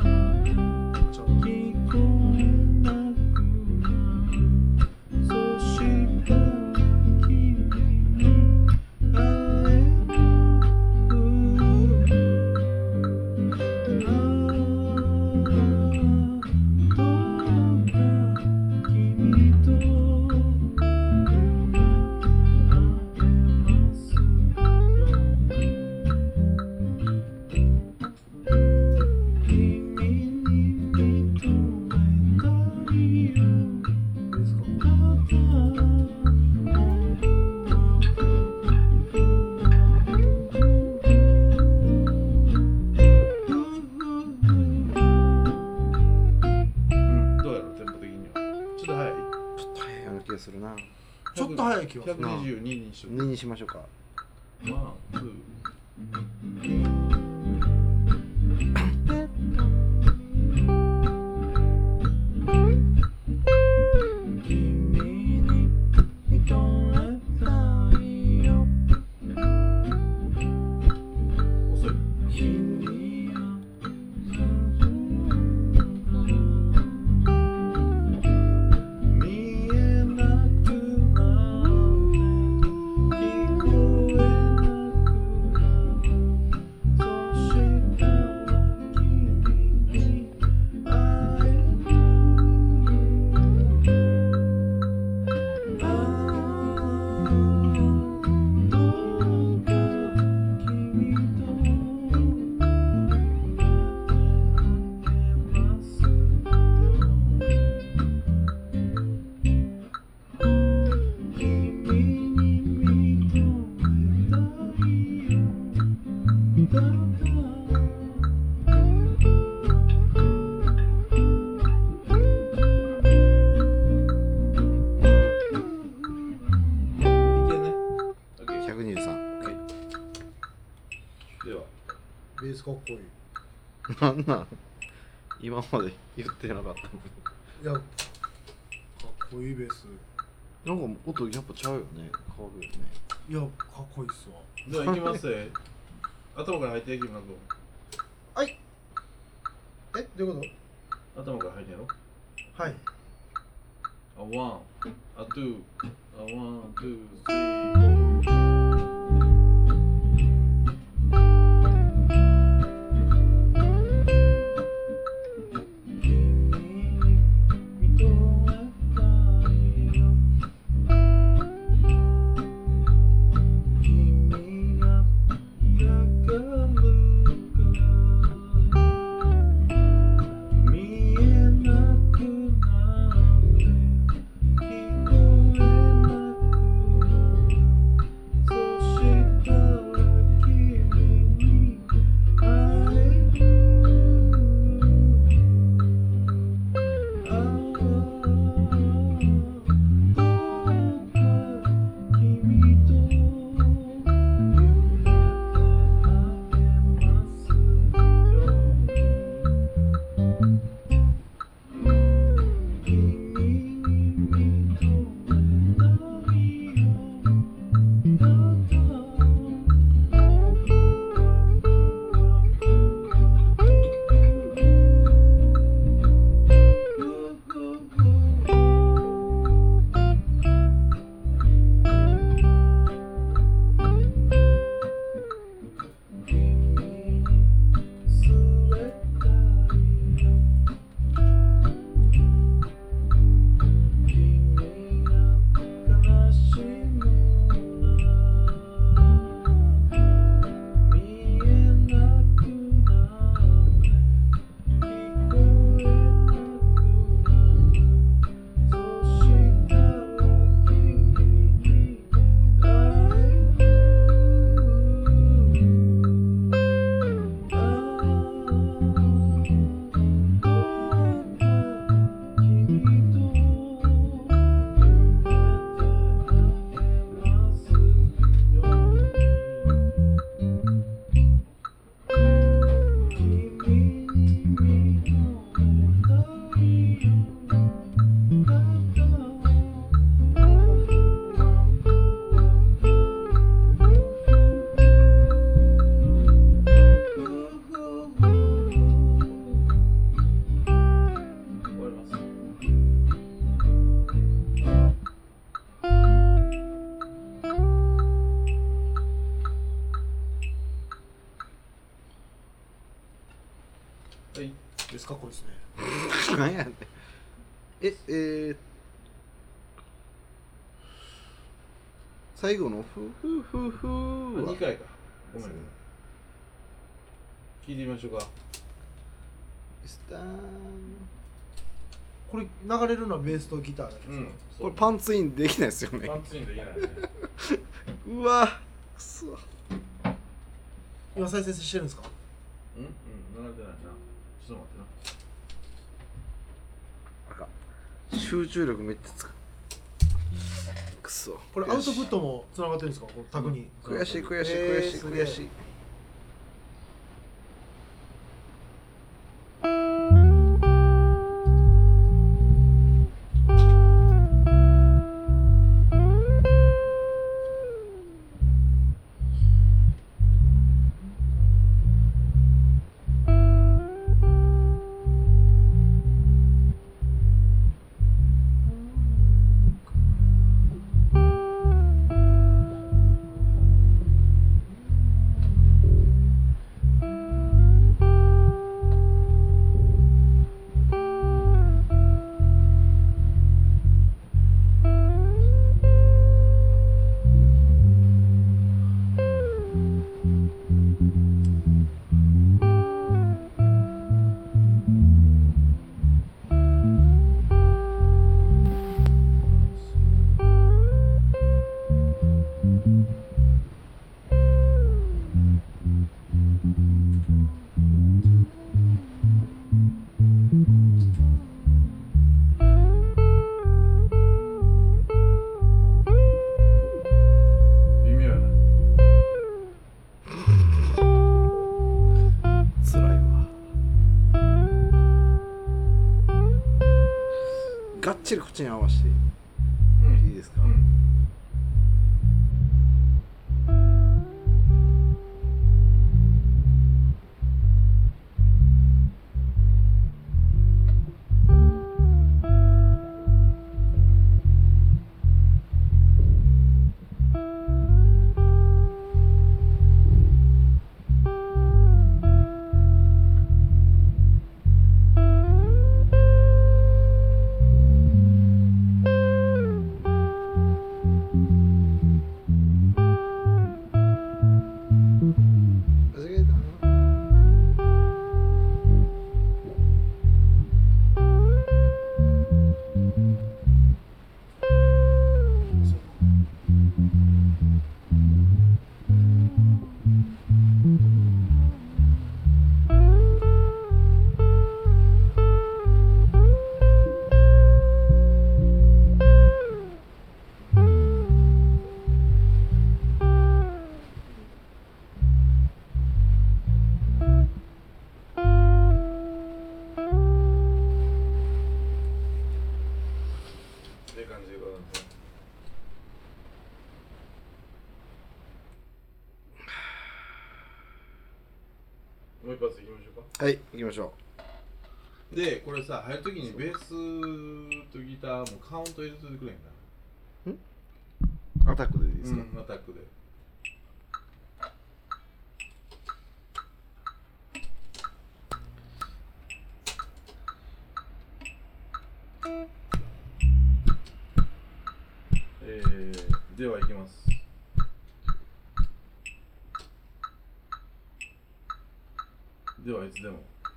そし気がするな。 ちょっと早い気がする。 122にしよう。 2にしましょうか。 ワン、ツー。 ベースかっこいい。 なんなん今まで言ってなかったいや、かっこいいベース。 のなんか音やっぱちゃうよね。変わるよね。 いや、かっこいいっすわ。 じゃあ行きますね。頭から入っていきますはい。え、どういうこ頭から入ってやろう。 と？はい。 A one, a two, a one, two, three, four. ベースかっこいいですね。 何やねん。最後のフフフフは 2回か。ごめん。聞いてみましょうか。 スターン。 これ流れるのはベースとギターだけですか？ これパンツインできないですよね。 パンツインできないね。 うわくそ。 今再生してるんですか？ 流れてないな。ちょっと待ってな。 あかん。集中力めっちゃつく。 そこれアウトプットもつながってるんですか、このタグに。 悔しい悔しい悔しい悔しい。がっちりこっちに合わせていいですか、 もう一発いきましょうか。 はい行きましょでこれさ入るときにベースとギターもカウント入れといてくれんかう。アタックでいいですか、 アタックで。ではいきます。ではいつでも。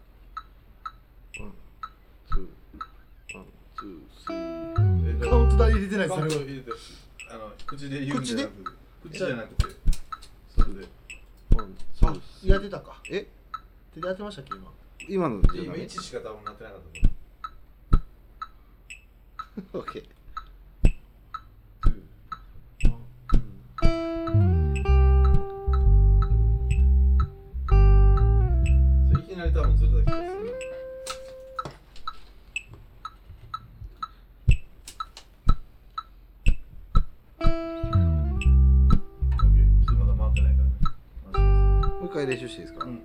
カウントダウン入れてないです。 カウント入れてほしい。口で言うんじゃなくて、口じゃなくて、それで。 あ、やってたか。 え手でやってましたっけ今。 今の今1しか多分なってなかったと思う。 オッケー。 いきなり多分ずれた気がする。まだ回ってないからね。 もう一回練習していいですか、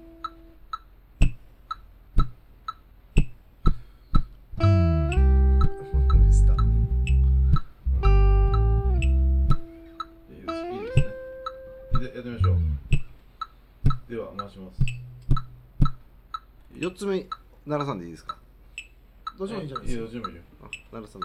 では回します。 4つ目鳴らさんでいいですか。 どっちもいいんじゃないですか。 どっちもいいよ。 鳴らさない。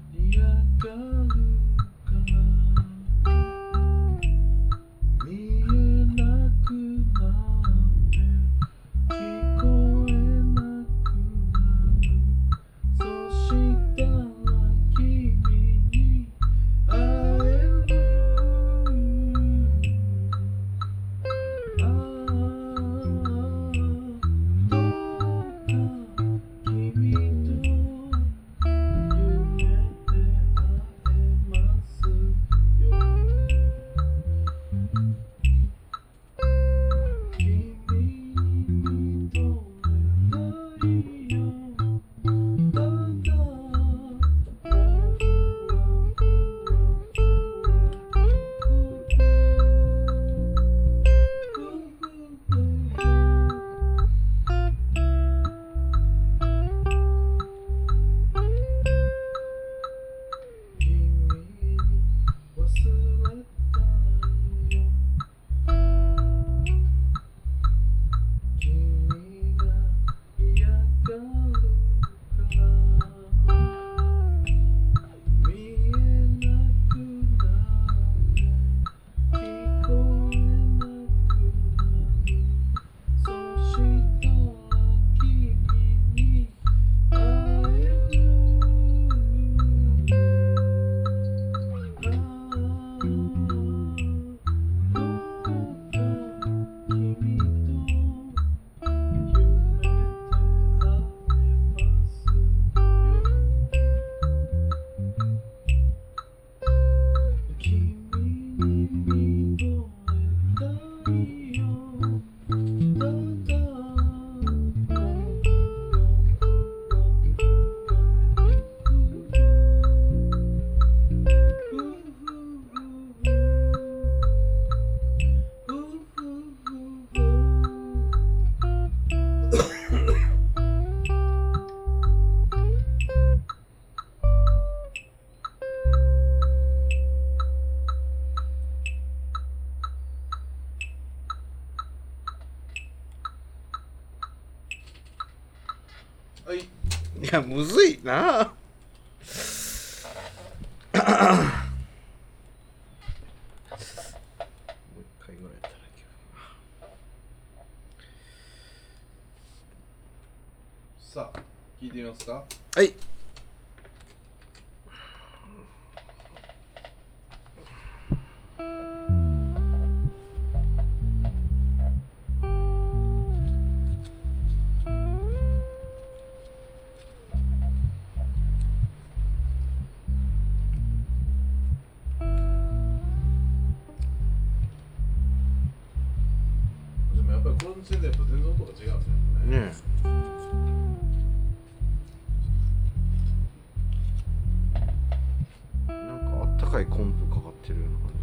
見えはい。 いやむずいな。もう一回ぐらいやったらいける。 さあ、聞いてみますか。 はい。 でもやっぱりこの時点でやっぱ全然音が違うんですよね。 ねえ。なんかあったかいコンプかかってるような感じ。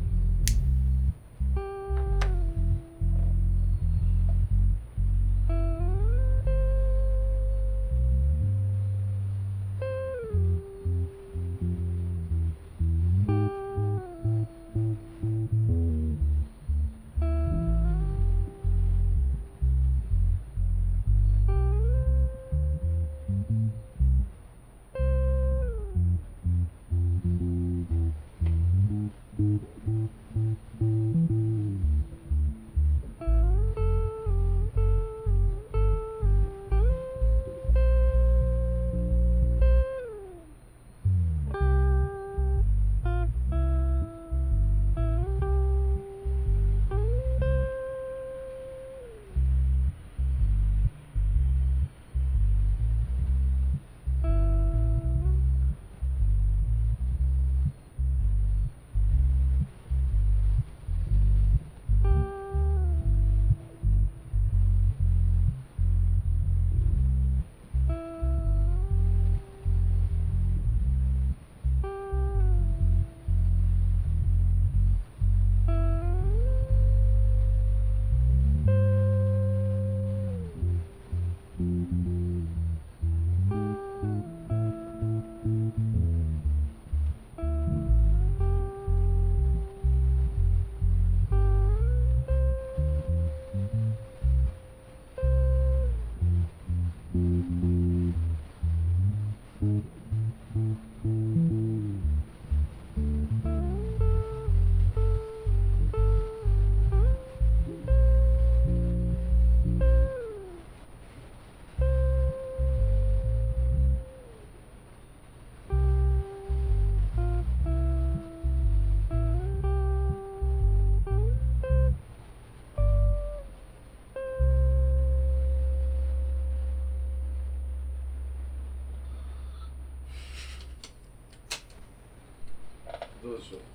どうでしょう。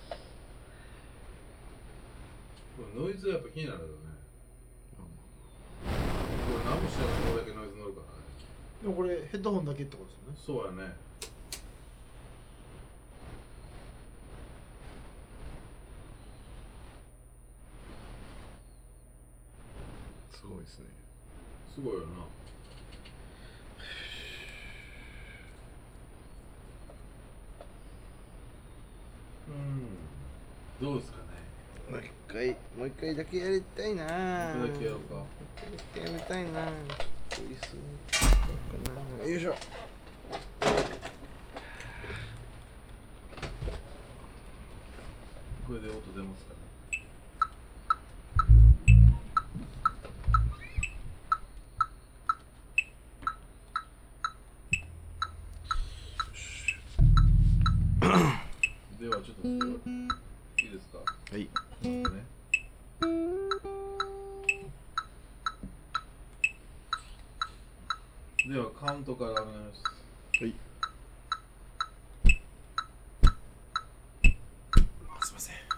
これノイズやっぱ気になるよね。これ何もしなくてこれだけノイズ乗るからね。 でもこれヘッドホンだけってことですよね。 そうやね。 すごいですね。 すごいよな。どうですかね。 もう一回だけやりたいな。 いただけやろうか。 やりたいな。よいしょ。 これで音出ますかね。ではちょっと待ってよ。いいですか。 はい。 ね。ではカウントからお願いします。 はい。 すいません。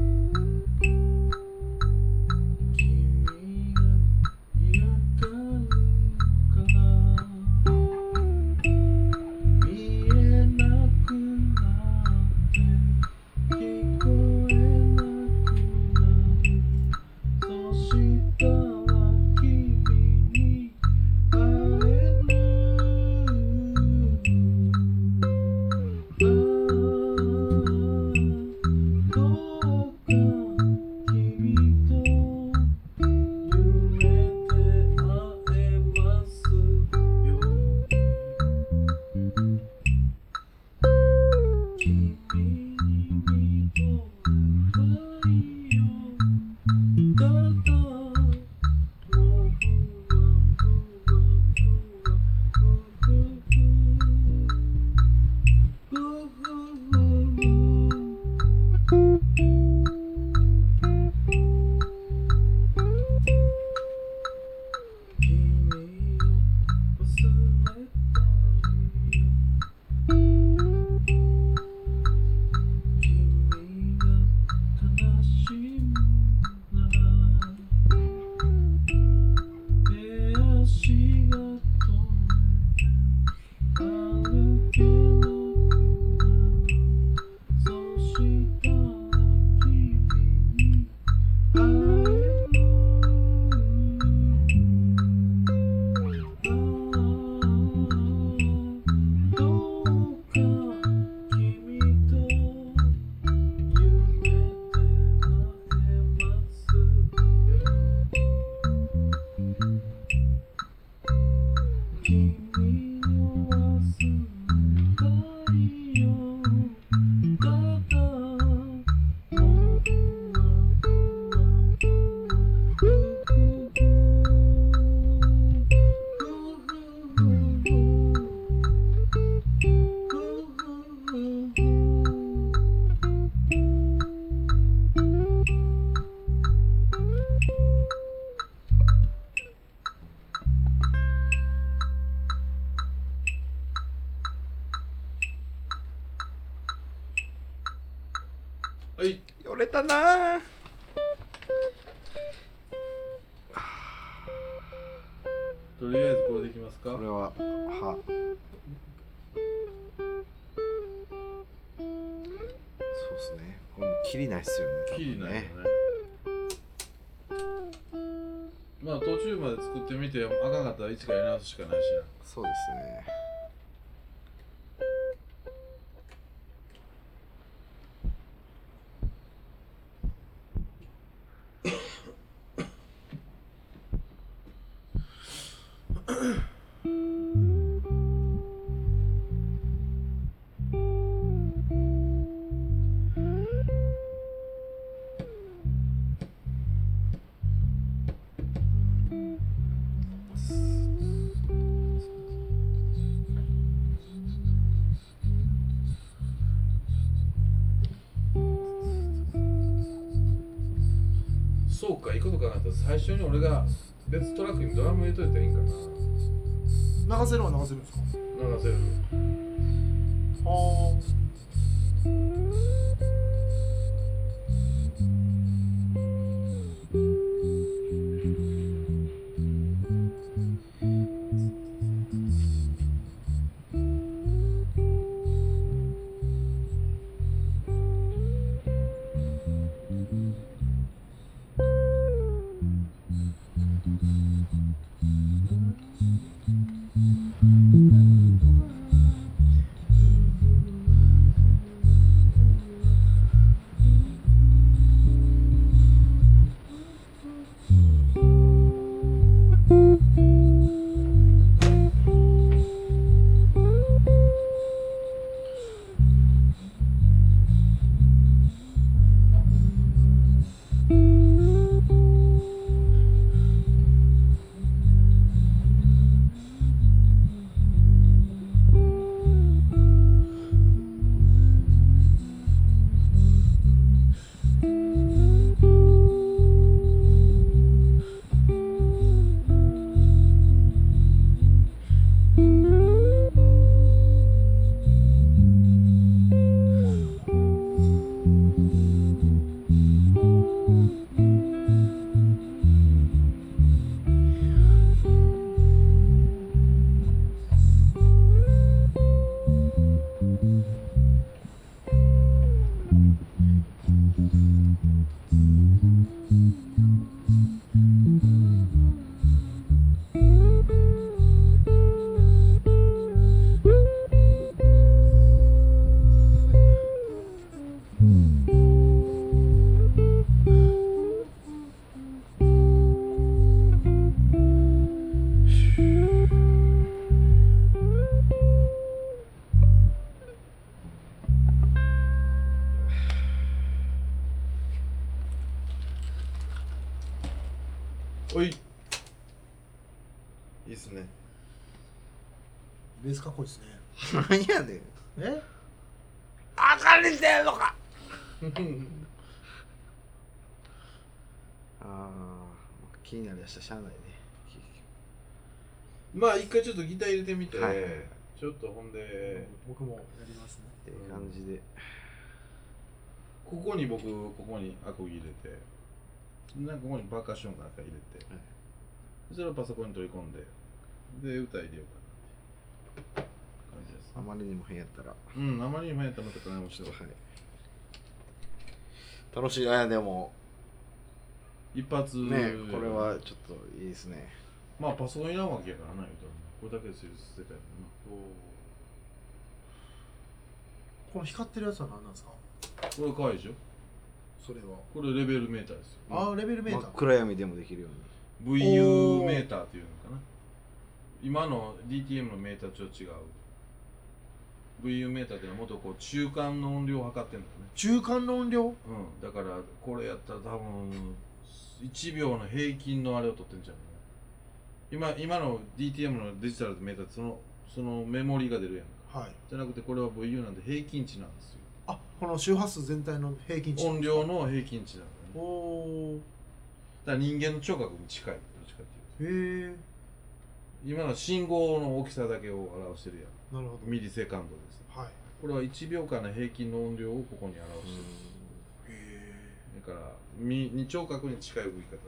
君がいなかったはい、 よれたな。 とりあえずこれでいきますか。 これははそうですね。これ切りないっすよね。 きりないよね。まあ途中まで作ってみてあかんかったら一からやり直すしかないしな。 そうですね。 そうか、いいこと考えたら最初に俺が別トラックにドラム入れといたらいいんかな。 流せるは流せるんですか？ 流せる。 ああ。 おいいいっすね。 ベースかっこいいですね。 何やねん。 えあかりてんのか気になりやしたらしゃあないね。 まあ一回ちょっとギター入れてみて、 はいちょっとほんで僕もやりますね。 っていう感じで。 ここに僕ここにアコギ入れて、なんかここにパーカッションかなんか入れて、 はい、 それをパソコンに取り込んで、で歌入れようかなって感じです。 あまりにも変やったら。 うん、あまりにも変やったらまた金もしてください。 楽しいな。でも一発ね、これはちょっといいですね。 まあパソコンいらんわけやからな、言うたらこれだけで成立してたよな。 この光ってるやつは何なんですか？ これ可愛いでしょ。 それは。 これレベルメーターですよ。 ああ、レベルメーター。 暗闇でもできるように。 VU メーターっていうのかな。今の DTM のメーターと違う。VU メーターっていうのはもっとこう中間の音量を測ってるんだよね。 中間の音量？ うん、だからこれやったら多分1秒の平均のあれを取ってんじゃん。今の DTM のデジタルメーターってそのメモリが出るやんか。 はい。 じゃなくてこれは VU なんで平均値なんですよ。 あ、この周波数全体の平均値。 音量の平均値なんだよね。 おお。 だから人間の聴覚に近い。どっちかっていうと。 へえ。 今の信号の大きさだけを表してるやん。 なるほど。 ミリセカンドです。 はい。 これは1秒間の平均の音量をここに表してる。 へえ。 だから二聴覚に近い動き方する。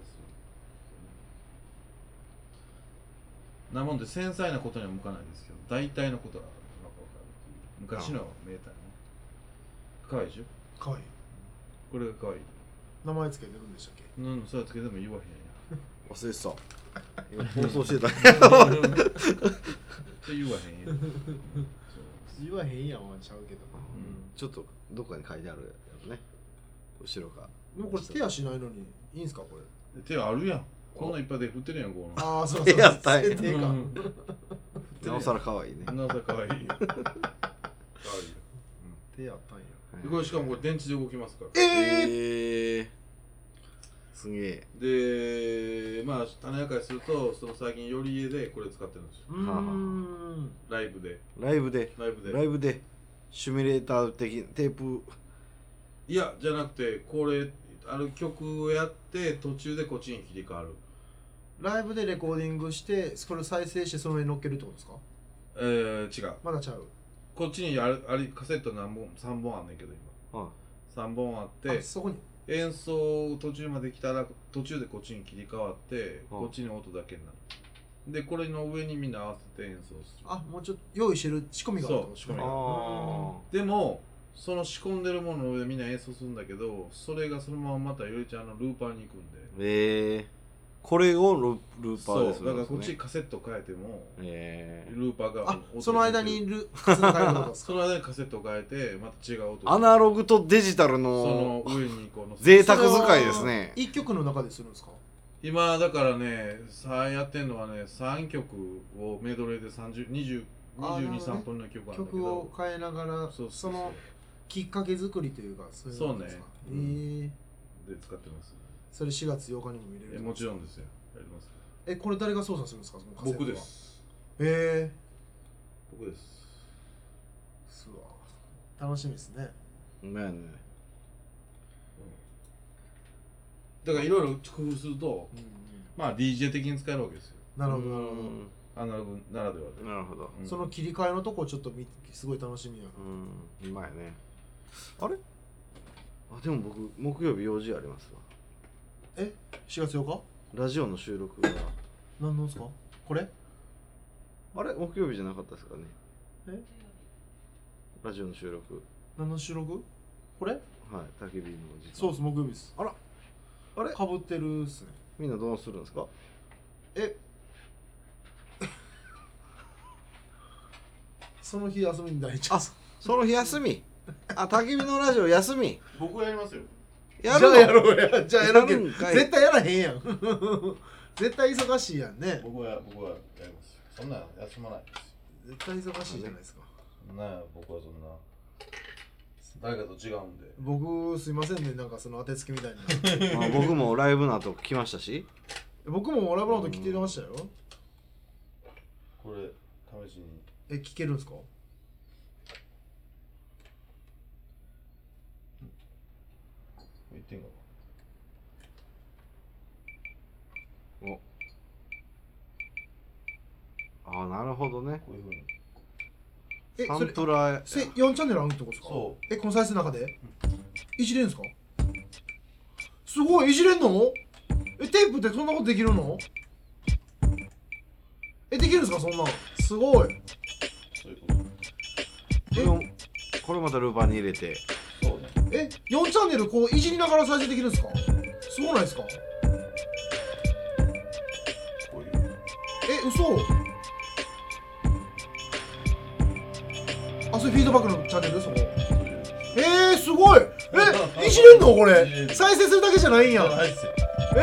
なもんで繊細なことには向かないですけど、大体のことは分かるっていう昔のメーターね。可愛いでしょ。 かわいい。 これが可愛い。 名前つけてるんでしたっけ？ それはつけても言わへんや。 忘れてた。今放送してた。 それ言わへんや。 言わへんやんはちゃうけど。 ちょっとどっかに書いてあるやつね。後ろが。 でもこれ手足ないのにいいんすかこれ？ 手あるやん。こんなんいっぱいで振ってるやん、この。 ああ、そう手やったんや手か。 なおさら可愛いね。 なおさら可愛いよ。可愛いよ。 手やったんや。 でこれしかもこれ電池で動きますから。 すげえ。 で、まあ種明かしすると、その最近より家でこれ使ってるんですよ。ライブで。 ライブでシミュレーター的テープ。 いや、じゃなくて、これある曲をやって途中でこっちに切り替わる。 ライブでレコーディングしてそれを再生してその上に乗っけるってことですか？ 違う。 まだちゃう。 こっちにカセット何本3本あんねんけど今。3本あって、 そこに演奏途中まで来たら途中でこっちに切り替わってこっちに音だけになる。でこれの上にみんな合わせて演奏する。 あ、もうちょっと用意してる仕込みがあるってこと？ そう、仕込みがある。でもその仕込んでるものの上でみんな演奏するんだけど、それがそのまままたよりちゃんのルーパーに行くんで。 これをルーパーですそう、だからこっちカセット変えても、ルーパーがその間にその間にカセットを変えてまた違う音。 アナログとデジタルのその上にこの贅沢使いですね。 1曲の中でするんですか？ 今だからね、やってんのはね、3曲をメドレーで22、3分の曲あるんだけど、 曲を変えながらそのきっかけ作りというか、 そうね。で使ってます。 それ4月8日にも見れる？ もちろんですよ。やります。 これ誰が操作するんですか？ 僕です。 僕です。 すわ。楽しみですね。 だからいろいろ工夫すると、まあ DJ 的に使えるわけですよ。 なるほどなるほど。 アナログならではで。 なるほど。 その切り替えのとこちょっとすごい楽しみや。 うまいね。あれ？でも僕木曜日用事ありますわ。 4月8日？ ラジオの収録が。 何のですか？これ？ あれ木曜日じゃなかったですかね。ラジオの収録。 何の収録？これ？ はい、焚き火の時間。 そうです、木曜日です。あれ？かぶってるっすね。 みんなどうするんですか？ その日休みみたいちゃう。 その日休み。焚き火のラジオ休み。 僕やりますよ。 やるの？じゃあやろうや。じゃあやるけど絶対やらへんやん。絶対忙しいやんね。 僕はやりますよ。そんな休まないです。 絶対忙しいじゃないですか。 僕はそんな誰かと違うんで。 僕すいませんね、なんかその当てつけみたいな。 僕もライブの後来ましたし。 僕もライブラウンド聞いてましたよ。 これ試しに聞けるんですか？ 言ってんかおあ、なるほどね。 こういうふうにサンプラー 4チャンネルあるってことですか？ そこの再生の中でいじれんすか？すごい、いじれんの？テープってそんなことできるの？できるんですかそんなの？すごい。 そういうことこれまたルーパーに入れて。 そうね。 4チャンネルこういじりながら再生できるんですか？すごないですか？ こういう嘘。それフィードバックのチャンネルそこ。すごい。いじれんのこれ？再生するだけじゃないんや。 ないっすよ。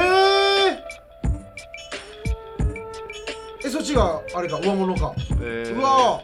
そっちがあれか上物か。うわ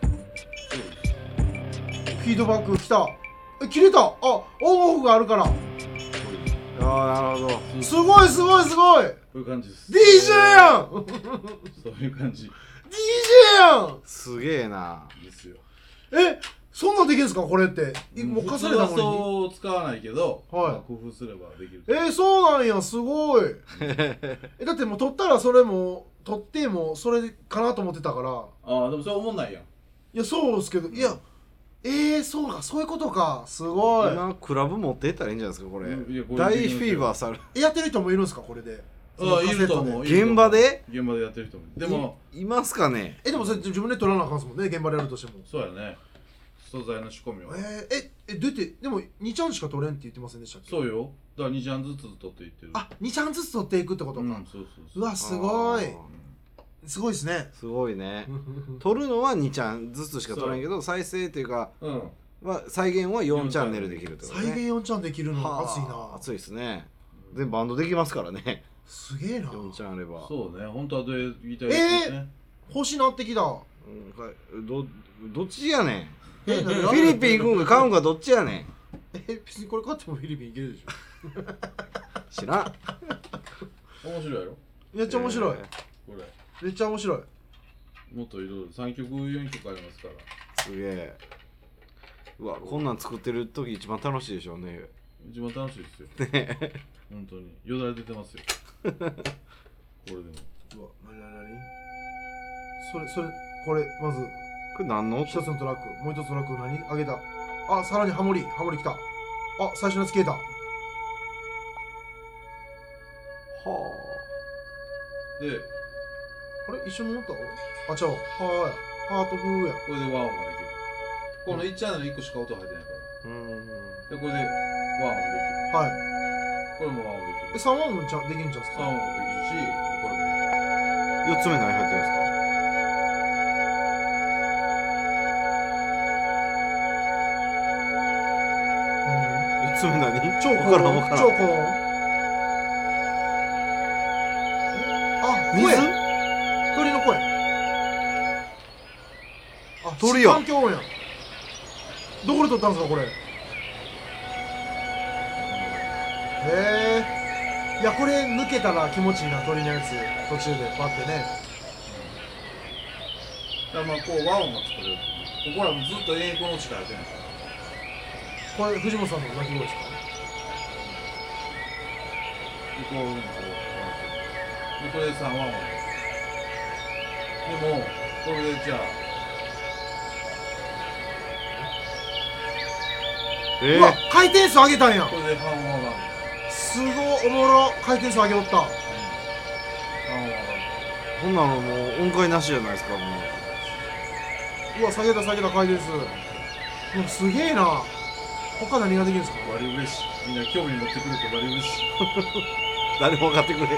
フィードバックきた。切れた。オンオフがあるから。 なるほど。 すごいすごいすごい。 こういう感じです。 DJ やん。 そういう感じ。 DJ やん。 すげえな。 いいっすよ。 そんなんできるんですかこれって。もう重ねたものに。 そう使わないけど、 はい工夫すればできる。 そうなんや、すごい。だってもう撮ったらそれも撮ってもそれかなと思ってたから。 でもそれ思んないやん。 いやそうですけど、いやそうか、そういうことか。すごい。 今クラブ持ってったらいいんじゃないですかこれ。 いやこれ大フィーバーされやってる人もいるんですかこれで？ いると思う。 現場で現場でやってる人もでもいますかね。 でもそれ自分で撮らなあかんですもんね、現場でやるとしても。 そうやね。素材の仕込みを。 どうやってでも2ちゃんしか撮れんって言ってませんでしたっけ？ そうよ。だから2ちゃんずつ取っていってる。 2ちゃんずつ撮っていくってことか。 そううわ、すごい。すごいですね。 すごいね。撮るのは2ちゃんずつしか撮れんけど、再生っていうか再現は4チャンネルできるってことね。 再現4ちゃんできるの熱いな。 熱いですね。でバンドできますからね。 すげえな。 4ちゃんあれば。 そうね。本当はどう言いたいですね。 欲しなってきた。 どっちやねん。フィリピン行くんか買うんかどっちやねん。 別にこれ買ってもフィリピン行けるでしょ。知らん。 面白いやろ。 めっちゃ面白い。 これめっちゃ面白い。 もっといろいろ3曲4曲ありますから。 すげえ。うわ、こんなん作ってる時一番楽しいでしょうね。 一番楽しいですよ。本当によだれ出てますよ。これでも。 うわ、なにそれこれまずこれ何の音？ 一つのトラック、もう一つトラック何上げた。さらにハモリきた。最初のやつ消えた。はで、 あれ一緒に乗った？ちゃう。ハート風や。 これでワンオンができる。この1チャンネル1個しか音入ってないから。で、これでワンオンできる。 はい。 これもワンオンできる。 3ワンもできるんじゃないですか？ 3ワンもできるし、これも。 4つ目何入ってるんですか？4つ目何？ 超高音。声。鳥の声。 鳥や。 環境音や。どこで撮ったんですかこれ？いやこれ抜けたら気持ちいいな、鳥のやつ途中でパッてね。 だからこう和音が作れる。ここらもずっと永遠この力やってないから。 これ藤本さんの鳴き声ですか？ でこうこれで3和音。でもこれでじゃあ。 うわ、回転数上げたんや。 これで半音が。 すごいおもろ。回転数上げおった。 こんなのもう音階なしじゃないですかもう。 うわ、下げた回転数。でもすげえな。他何ができるんですか？ 割り嬉しい。みんな興味持ってくれて割り嬉しい。 誰も分かってくれ。 こういう。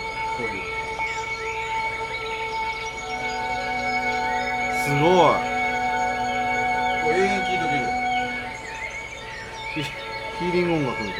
すごい。 これ永遠聴いとける。 ヒーリング音楽みたい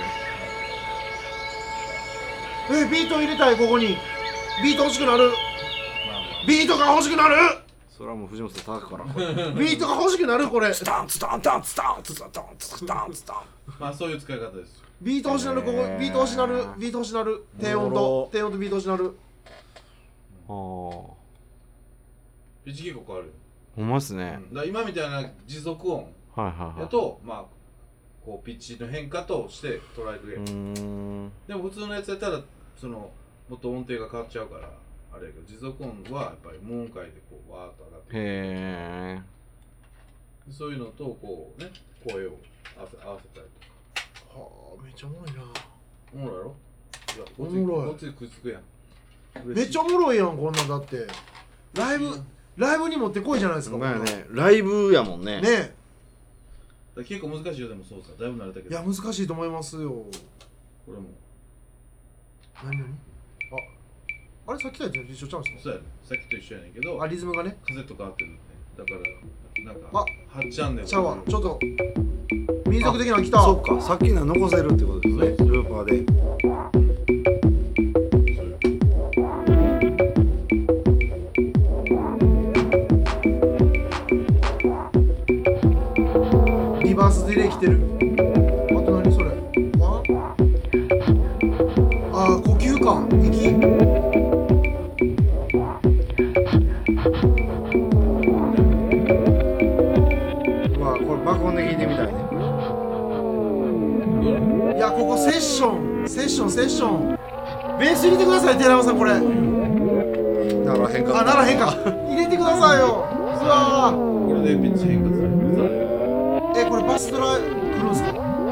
な。ビート入れたい。ここにビート欲しくなる。ビートが欲しくなる。 そそれはもう藤本さん高からビートが欲しくなるこれツタンツタンタンツタンツタンツタンツタンまあそういう使い方です。 ビート欲しなるここビート欲しなるビート欲しなる低音とビート欲しなるああピッチ結構変わるよ。 ほんまっすね、 だから今みたいな持続音はいはいはいやと、まあこうピッチの変化として捉えてくれる。でも普通のやつやったらそのもっと音程が変わっちゃうからあれやけど、持続音はやっぱり無音階でこうわーっと上がってくる。 へえそういうのとこうね声を合わせたりとか。 はあめっちゃおもろいなおもろいやろ。いやおもろいこっちで食いつくやん。 めっちゃおもろいやんこんなんだってライブに持ってこいじゃないですかまあねライブやもんねね結構難しいよ。でもそうさだいぶ慣れたけど。 いや難しいと思いますよこれも何あれさっきとやつ一緒ちゃうんですかそうやね。さっきと一緒やねんけどあリズムがねカセット変わってるね。だからなんあか8チャンネルちゃうわちょっと民族的なの来たそっかさっきのは残せるってことですねルーパーでリバースディレイ来てるあと何それあ呼吸か息まあこれ爆音で聞いてみたいねいやここセッションベース入れてください寺山さんこれならへんかあならへんか入れてくださいようわこれでピッチ変化する。 これバスドラ来るんすか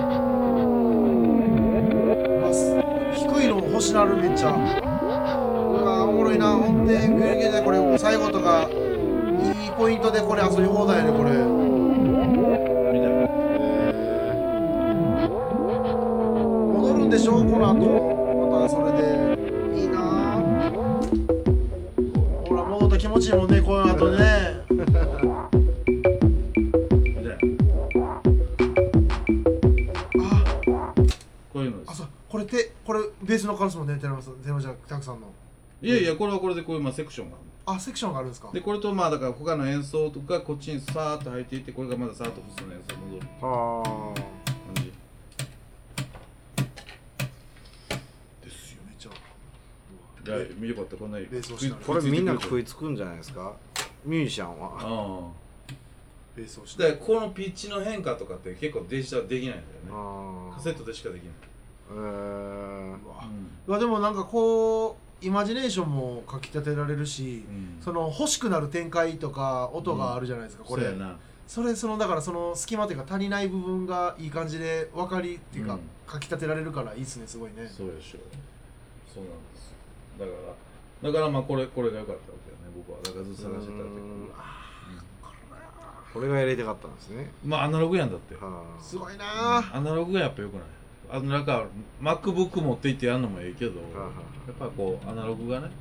バス低いの欲しなるめっちゃうわおもろいな音程グリグリでこれ最後とかいいポイントでこれ遊び放題やねこれみたいな。 戻るんでしょこの後またそれでいいなほら戻った気持ちいいもんねこの後ねこういうのです。 そうこれベースのカルスもね寺山じゃたくさんのいやいやこれはこれでこういうセクションがある。 セクションがあるんですかでこれとまあだから他の演奏とかこっちにさーっと入っていってこれがまださーっと普通の演奏に戻るはあ感じですよめっちゃいや見よかったこんなベースをしながらこれみんな食いつくんじゃないですかミュージシャンはあベースをしあでこのピッチの変化とかって結構デジタルできないんだよね。 あカセットでしかできない。 うわでもなんかこうイマジネーションもかきたてられるし、その欲しくなる展開とか音があるじゃないですか、これそうやな。 そのだからその隙間というか足りない部分がいい感じで分かりっていうか、かきたてられるからいいっすねすごいね。 そうでしょ。そうなんです。だからまあこれが良かったわけよね僕は。だからずっと探してたわけ。 これがやりたかったんですね。 まあアナログやんだって。 すごいなアナログがやっぱ良くない。なんか MacBook 持って行ってやるのもええけど、やっぱこうアナログがね。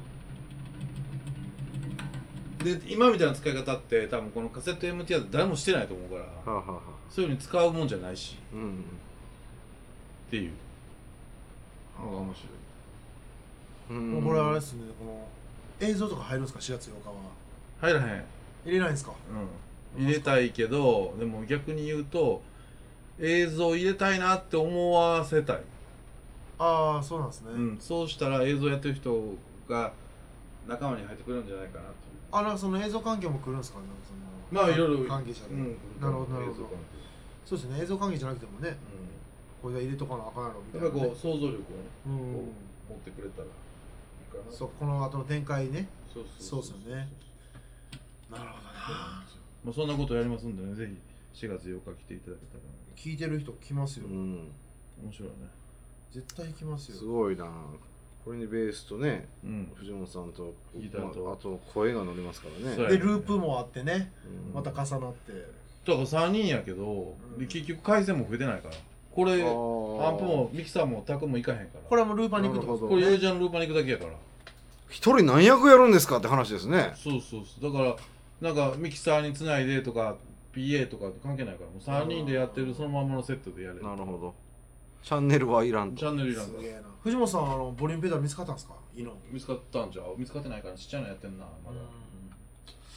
で今みたいな使い方って多分このカセット MTR って誰もしてないと思うから、そういうのに使うもんじゃないし、っていうのが面白い。 これはあれですね、この映像とか入るんですか4月8日は。 入らへん。 入れないんですか。 入れたいけどでも逆に言うと映像入れたいなって思わせたい。 ああそうなんですね。 そうしたら映像やってる人が仲間に入ってくれるんじゃないかなっていう。 なんかその映像関係も来るんですかね。 まあいろいろ関係者で。なるほどなるほど。そうですね、映像関係じゃなくてもね、これが入れとかなあかんやろみたいな。 やっぱこう想像力をね持ってくれたらいいかな。 そうこの後の展開ね。 そうですよね。なるほどな。 まあそんなことやりますんでね、ぜひ4月8日来ていただけたら。 聞いてる人来ますよ。 面白いね。 絶対来ますよ。 すごいな。これにベースとね、藤本さんとギターと、 あと声が乗りますからね。 でループもあってね、また重なって。 だから3人やけど、結局回線も増えてないから。これアンプもミキサーもタクもいかへんから。 これはもうルーパーに行くってこと。 これユージャンルーパーに行くだけやから。 一人何役やるんですかって話ですね。 そうだからなんかミキサーにつないでとか PA とか関係ないから、もう3人でやってるそのままのセットでやれる。 なるほど。チャンネルはいらんと。 チャンネルいらんから。 藤本さんボリュームペダル見つかったんですか。いいの見つかったんじゃう。見つかってないからちっちゃいのやってんなまだ。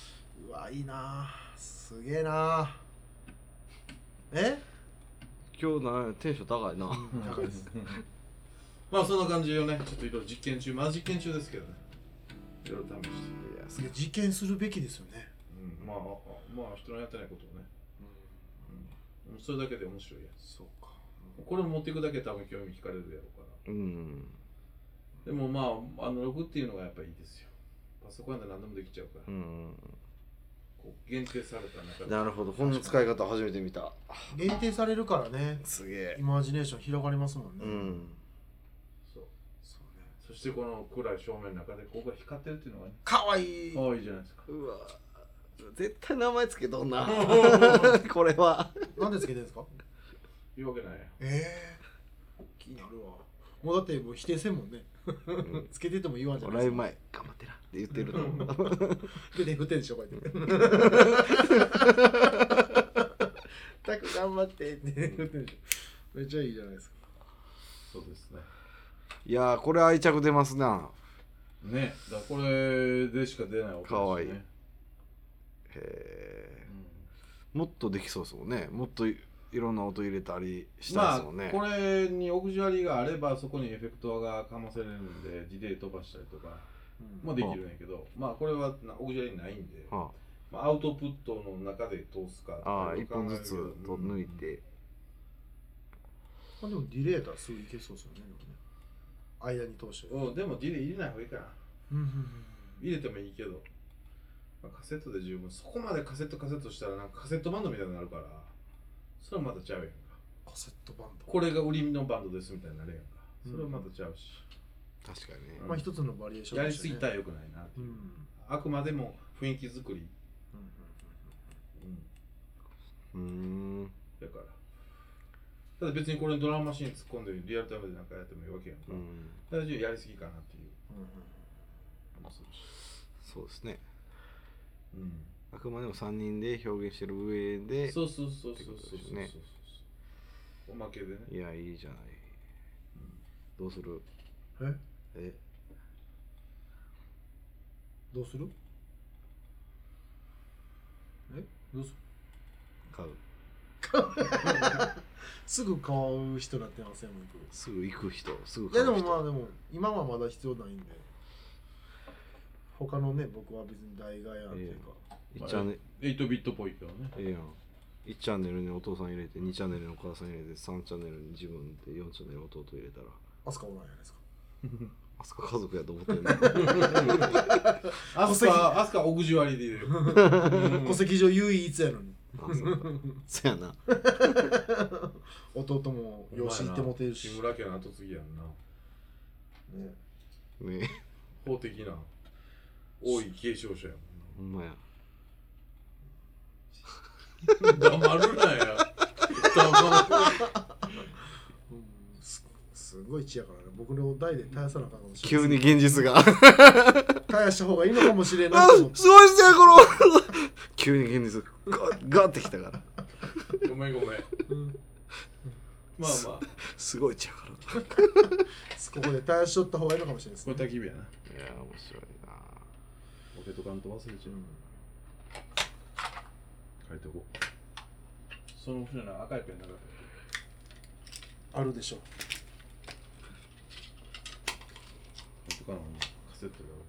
うわいいなすげえなえ今日テンション高いな。 高いですまあそんな感じをね、ちょっといろいろ実験中、まだ実験中ですけどね、いろいろ試して。 いや実験するべきですよね。 まあ人のやってないことをね、それだけで面白いやつ。 そうか。 これを持っていくだけで多分興味惹かれるやろうから。でもまあアナログっていうのがやっぱいいですよ。パソコンで何でもできちゃうから。こう限定された中で。 なるほど、この使い方初めて見た。 限定されるからね。 すげえ。 イマジネーション広がりますもんね。 そうね。そしてこの暗い正面の中でここが光ってるっていうのがね。 かわいい。 かわいいじゃないですか。 うわ。絶対名前つけとんな。これは。 なんでつけてるんですか？ 言うわけないや。 気になるわ。もうだってもう否定せんもんね。つけてても言わんじゃないライブ前頑張ってなって言ってると思う。 でね、振ってんでしょこうやって。タク頑張ってって振ってんでしょ。めっちゃいいじゃないですか。 そうですね。 いやーこれ愛着出ますな。 ね、だこれでしか出ない音ですね。 かわいい。へえ。もっとできそうですもんね。もっといろんな音入れたりしたいですもんね。 これにオグジュアリーがあればそこにエフェクトがかませれるんでディレイ飛ばしたりとかもできるんやけど、まあこれはオグジュアリーないんで、まあ、アウトプットの中で通すか一本ずつと抜いて、 でもディレイだすぐいけそうですよね。間に通して。 でもディレイ入れない方がいいかな。入れてもいいけど、まあ、カセットで十分。そこまでカセットしたらなんかカセットバンドみたいになるから、それはまたちゃうやんか。 カセットバンドこれが売りのバンドですみたいになるやんか。それはまたちゃうし、 確かにね。 まあ一つのバリエーションやりすぎたらよくないなっていう、あくまでも雰囲気作りだから。ただ別にこれにドラムマシン突っ込んでリアルタイムでなんかやってもいいわけやんか。大丈夫、やりすぎかなっていう。 そうですね。あくまでも3人で表現してる上で。 そうおまけでね。 いや、いいじゃない。どうする？ どうする？どうする？ 買う。 すぐ買う人になってません？ すぐ行く人、すぐ買う人。いやでもでも今はまだ必要ないんで。他のね、僕は別に代替案っていうか。 8ビットっぽいけどね。 1チャンネルにお父さん入れて、2チャンネルにお母さん入れて、3チャンネルに自分で、4チャンネルに弟入れたら。 アスカおらんやないですか。 アスカ家族やと思ってんの。 アスカオグジュアリーでいる。 戸籍上唯一やのに。 そやな。 弟も養子行ってもてるし。 志村家の後継ぎやんな。 ね。 法的な多い継承者やもんな。ほんまや。 黙るなや。 すごい血やからね。僕の代で絶やさなあかんかもしれない。急に現実が絶やした方がいいのかもしれない。 すごいっすねこの急に現実ガーってきたから。 ごめん。まあすごい血やから。 ここで絶やしとった方がいいのかもしれないですね。これ焚き火やな。 いや面白いな。 ポテト缶と忘れちゃう。書いておこう。その後ろの赤いペンなかった。 あるでしょ。 カセットがあ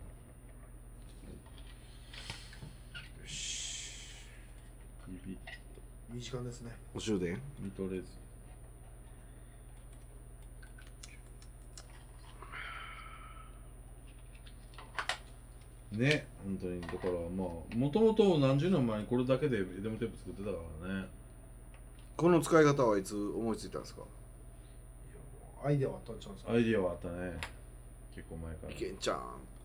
る。よし。 いい時間ですね。 お終電？ 見とれず。ね、本当に。だからまあもともと何十年前にこれだけでデモテープ作ってたからね。 この使い方はいつ思いついたんですか？ アイデアはあったんちゃうんですか？ アイディアはあったね。結構前から。 いけんちゃん。 あ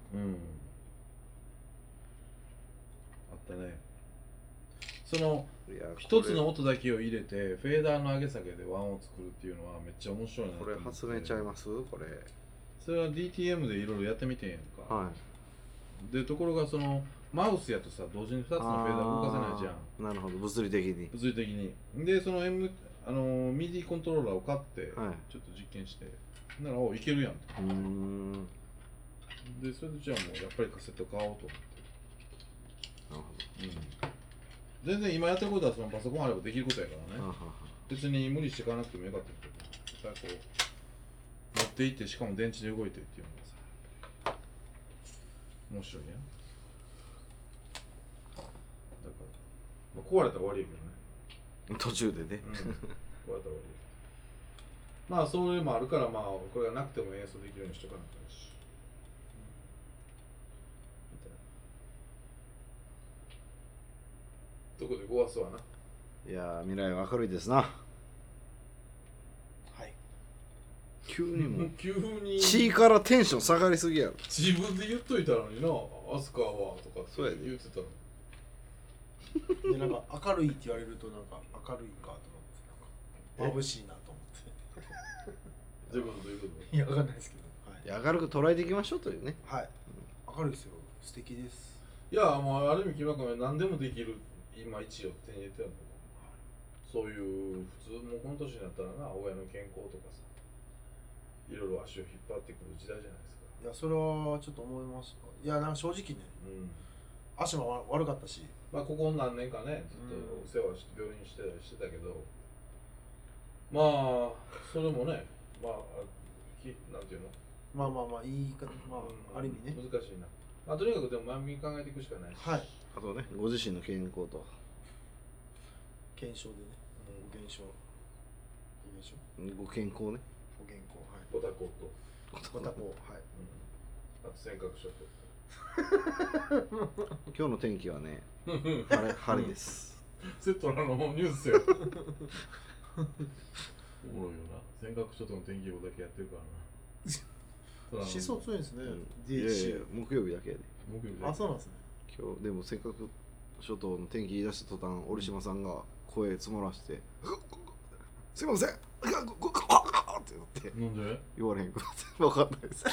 ったね。その一つの音だけを入れてフェーダーの上げ下げで和音を作るっていうのはめっちゃ面白いな。 これ発明ちゃいます？これ。 それは DTM でいろいろやってみてんやんか。 はい。 でところがそのマウスやとさ同時に2つのフェーダー動かせないじゃん。 なるほど、物理的に。 でそのMIDI コントローラーを買って、ちょっと実験してならいけるやんと。でそれでじゃあもうやっぱりカセット買おうと思って。 なるほど。 全然今やってることはそのパソコンあればできることやからね。別に無理していかなくてもよかったけど、やっぱりこう持っていってしかも電池で動いてっていうのがさ面白いやん。だから、まあ、壊れたら終わりやけどね。 途中でね、 壊れたら終わり。まあそれもあるからまあこれがなくても演奏できるようにしとかなきゃいけないし。どこで壊すわな。 いや未来は明るいですな。 はい。 急にも急に血からテンション下がりすぎやろ。 自分で言っといたのにな、アスカはとかそうやで言ってたの。 でなんか明るいって言われるとなんか明るいかと思ってなんか眩しいなと思ってどういうことどういうこいやわかんないですけど、はいいや明るく捉えていきましょうというね。 はい、明るいですよ、素敵です。 と。いやもうある意味木村君は何でもできる今一を手に入れてるの。そういう普通もうこの年になったらな、親の健康とかさ、いろいろ足を引っ張ってくる時代じゃないですか。 いやそれはちょっと思います。いやなんか正直ね、足も悪かったし、 まあここ何年かねずっとお世話して病院してたりしてたけど、まあそれもね、まあなんていうの、 まあいいか、まあある意味ね難しいな。まあとにかくでも前向きに考えていくしかないし。 はい。 あとね、ご自身の健康と検証でね、ご検証ご健康ね。 ご健康、はい。 ご多幸とご多幸、はい。 あと尖閣諸島。 今日の天気はね、晴れです。 セットなのもうニュースよ。おもろいよな。尖閣諸島の天気予報だけやってるからな。 思想強いですね。 いやいや木曜日だけやで。 木曜日だけ。 あ、そうなんですね。 今日でも尖閣諸島の天気言い出した途端、折島さんが声積もらして「すいません」って言ってなんで言われへんくなって分かんないです。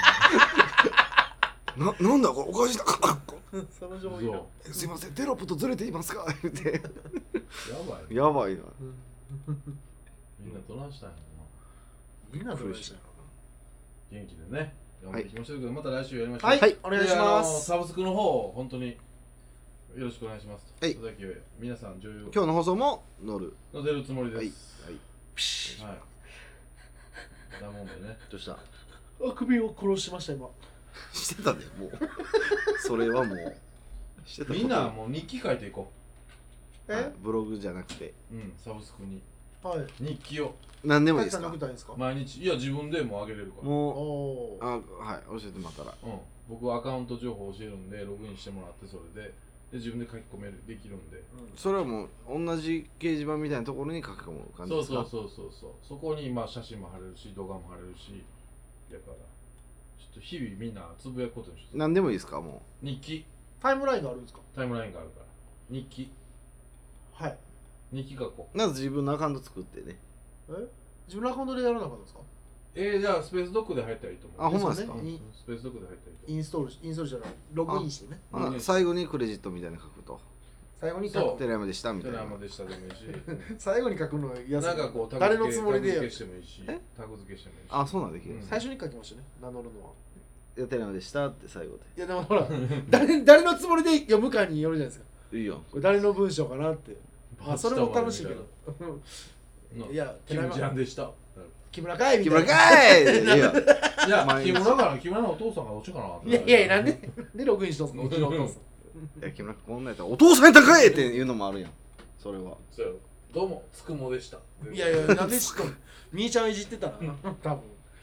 なんだこれおかしいな。 その情報いいな。 すいませんテロップとずれていますか言ってやばい。 やばいな。 みんなどないしたんやろな。 みんなどうでしたの。 元気でね頑張っていきましょうけど、また来週やりましょう。 はい、お願いします。 サブスクの方本当によろしくお願いします。 はい。 皆さん女優今日の放送も載せるつもりです。 はい。 はい。だもんでね。 どうした？ あくびを殺しました今。 してたでもう。それはもうしてた。 みんなもう日記書いていこう。ブログじゃなくて。 サブスクに。 はい。 日記を。 何でもいいですか？ 毎日いや自分でも上げれるから。 もうはい教えてもらったら。 僕はアカウント情報教えるんでログインしてもらってそれで自分で書き込めるできるんで。 それはもう同じ掲示板みたいなところに書き込む感じですか？ そう。そこにまあ写真も貼れるし動画も貼れるしだからちょっと日々みんなつぶやくことにして。 何でもいいですか？もう日記。 タイムラインがあるんですか？ タイムラインがあるから日記。 はい。 日記書こう。まず自分のアカウント作ってね。 自分のアカウントでやらなかったんですか？ じゃあスペースドックで入ったらいいと思う。 あ、ほんまですか？ スペースドックで入ったらいいと思う。 インストールじゃない、ログインしてね。 最後にクレジットみたいなの書くと。 最後に書く。 寺山でしたみたいな。 寺山でしたでもいいし。 最後に書くのやつ。 なんかこう誰のつもりで。 タグ付けしてもいいし。タグ付けしてもいいし。 あ、そうなんできる。 最初に書きましたね。名乗るのは。 いや、寺山でしたって最後で。 いやでもほら、誰のつもりで読むかによるじゃないですか。 いいよ。 これ誰の文章かなって。まあそれも楽しいけど。いや、 キムちゃんでした。 木村かいみ木たいな。 村かいいや、木村のお父さんがどっちかな。 いやなんでログインしとんすか、うちのお父さん。 いや、木村こんなやったらお父さんやったかいっていうのもあるやん。それは。 そうどうも、つくもでした。 いやなんで知っとんみーちゃんいじってたら多分。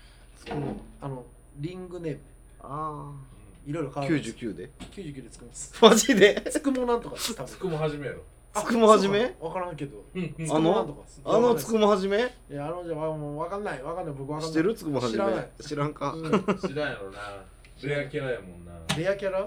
リングネーム。 ああ。 いろいろ変わる。 99で 99で作ります。 マジでつくもなんとかつくもはじめやろ。 つくもはじめわからんけど。 あのつくもはじめいや、じゃもうわかんない僕わかんない。 知ってるつくもはじめ知らない。 知らんか知らんやろな。レアキャラやもんな。 レアキャラ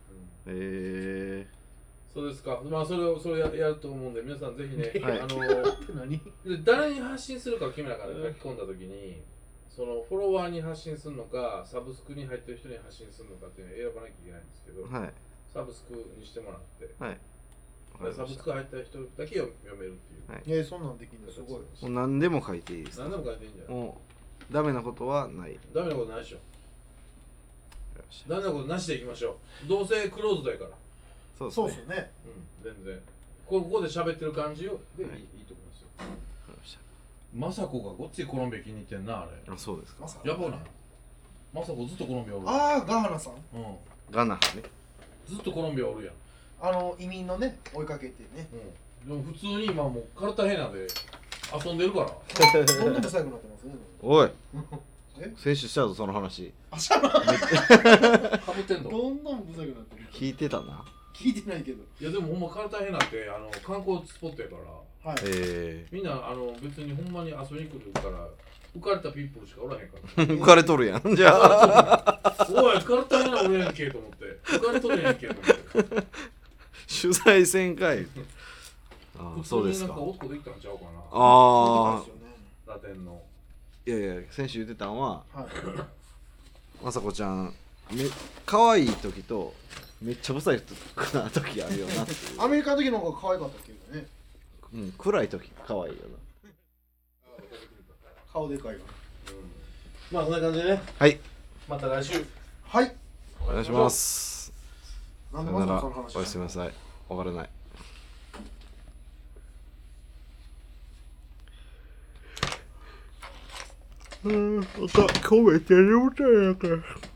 そうですか。まあそれやると思うんで皆さんぜひね、 何誰に発信するかを決めながら書き込んだ時にそのフォロワーに発信するのかサブスクに入ってる人に発信するのかっていうのを選ばなきゃいけないんですけど、サブスクにしてもらって、サブスク入った人だけ読めるっていう。 そんなんできるのすごい。 もう何でも書いていいです。 何でも書いていいんじゃない。 もうダメなことはない。 ダメなことないでしょ。ダメなことなしでいきましょう。どうせクローズドやから。 そうですねそうですよね。 全然ここで喋ってる感じでいいと思いますよ。まさこがごっついコロンビア気に入ってんなあれ。 あ、そうですか。 やばいな。まさこずっとコロンビアおる。 ああ、ガハナさん。 ガナね。 ずっとコロンビアおるやん。 移民のね、追いかけてね。 でも普通に今もうカルタヘナで遊んでるから。 どんどんブサイクになってますね。 おいえ先週したぞその話。 あ、しゃべかぶってんの。 どんどんブサイクになってる。 聞いてたな。 聞いてないけど。 いやでもほんまカルタヘナって観光スポットやから。 はい。 みんな別にほんまに遊びに来るから浮かれたピープルしかおらへんから浮かれとるやん。じゃあおいカルタヘナ俺やんけと思って浮かれとるやんけと思って取材せんかい。ああ、そうですか。 普通になんかオッコできたんちゃうかな。 ああ、 ラテンの。 いやいや、先週言ってたんは、 はい。 まさこちゃん可愛い時とめっちゃブサイクな時あるよなっていう。 アメリカの時の方が可愛かったけどね。 うん、暗い時可愛いよな。 顔でかいわ。 まあそんな感じでね。 はい、 また来週。 はい。 お願いします。さなんでよなら、 まさかその話。 おやすみなさい。わからない。またコメントやりたいやから。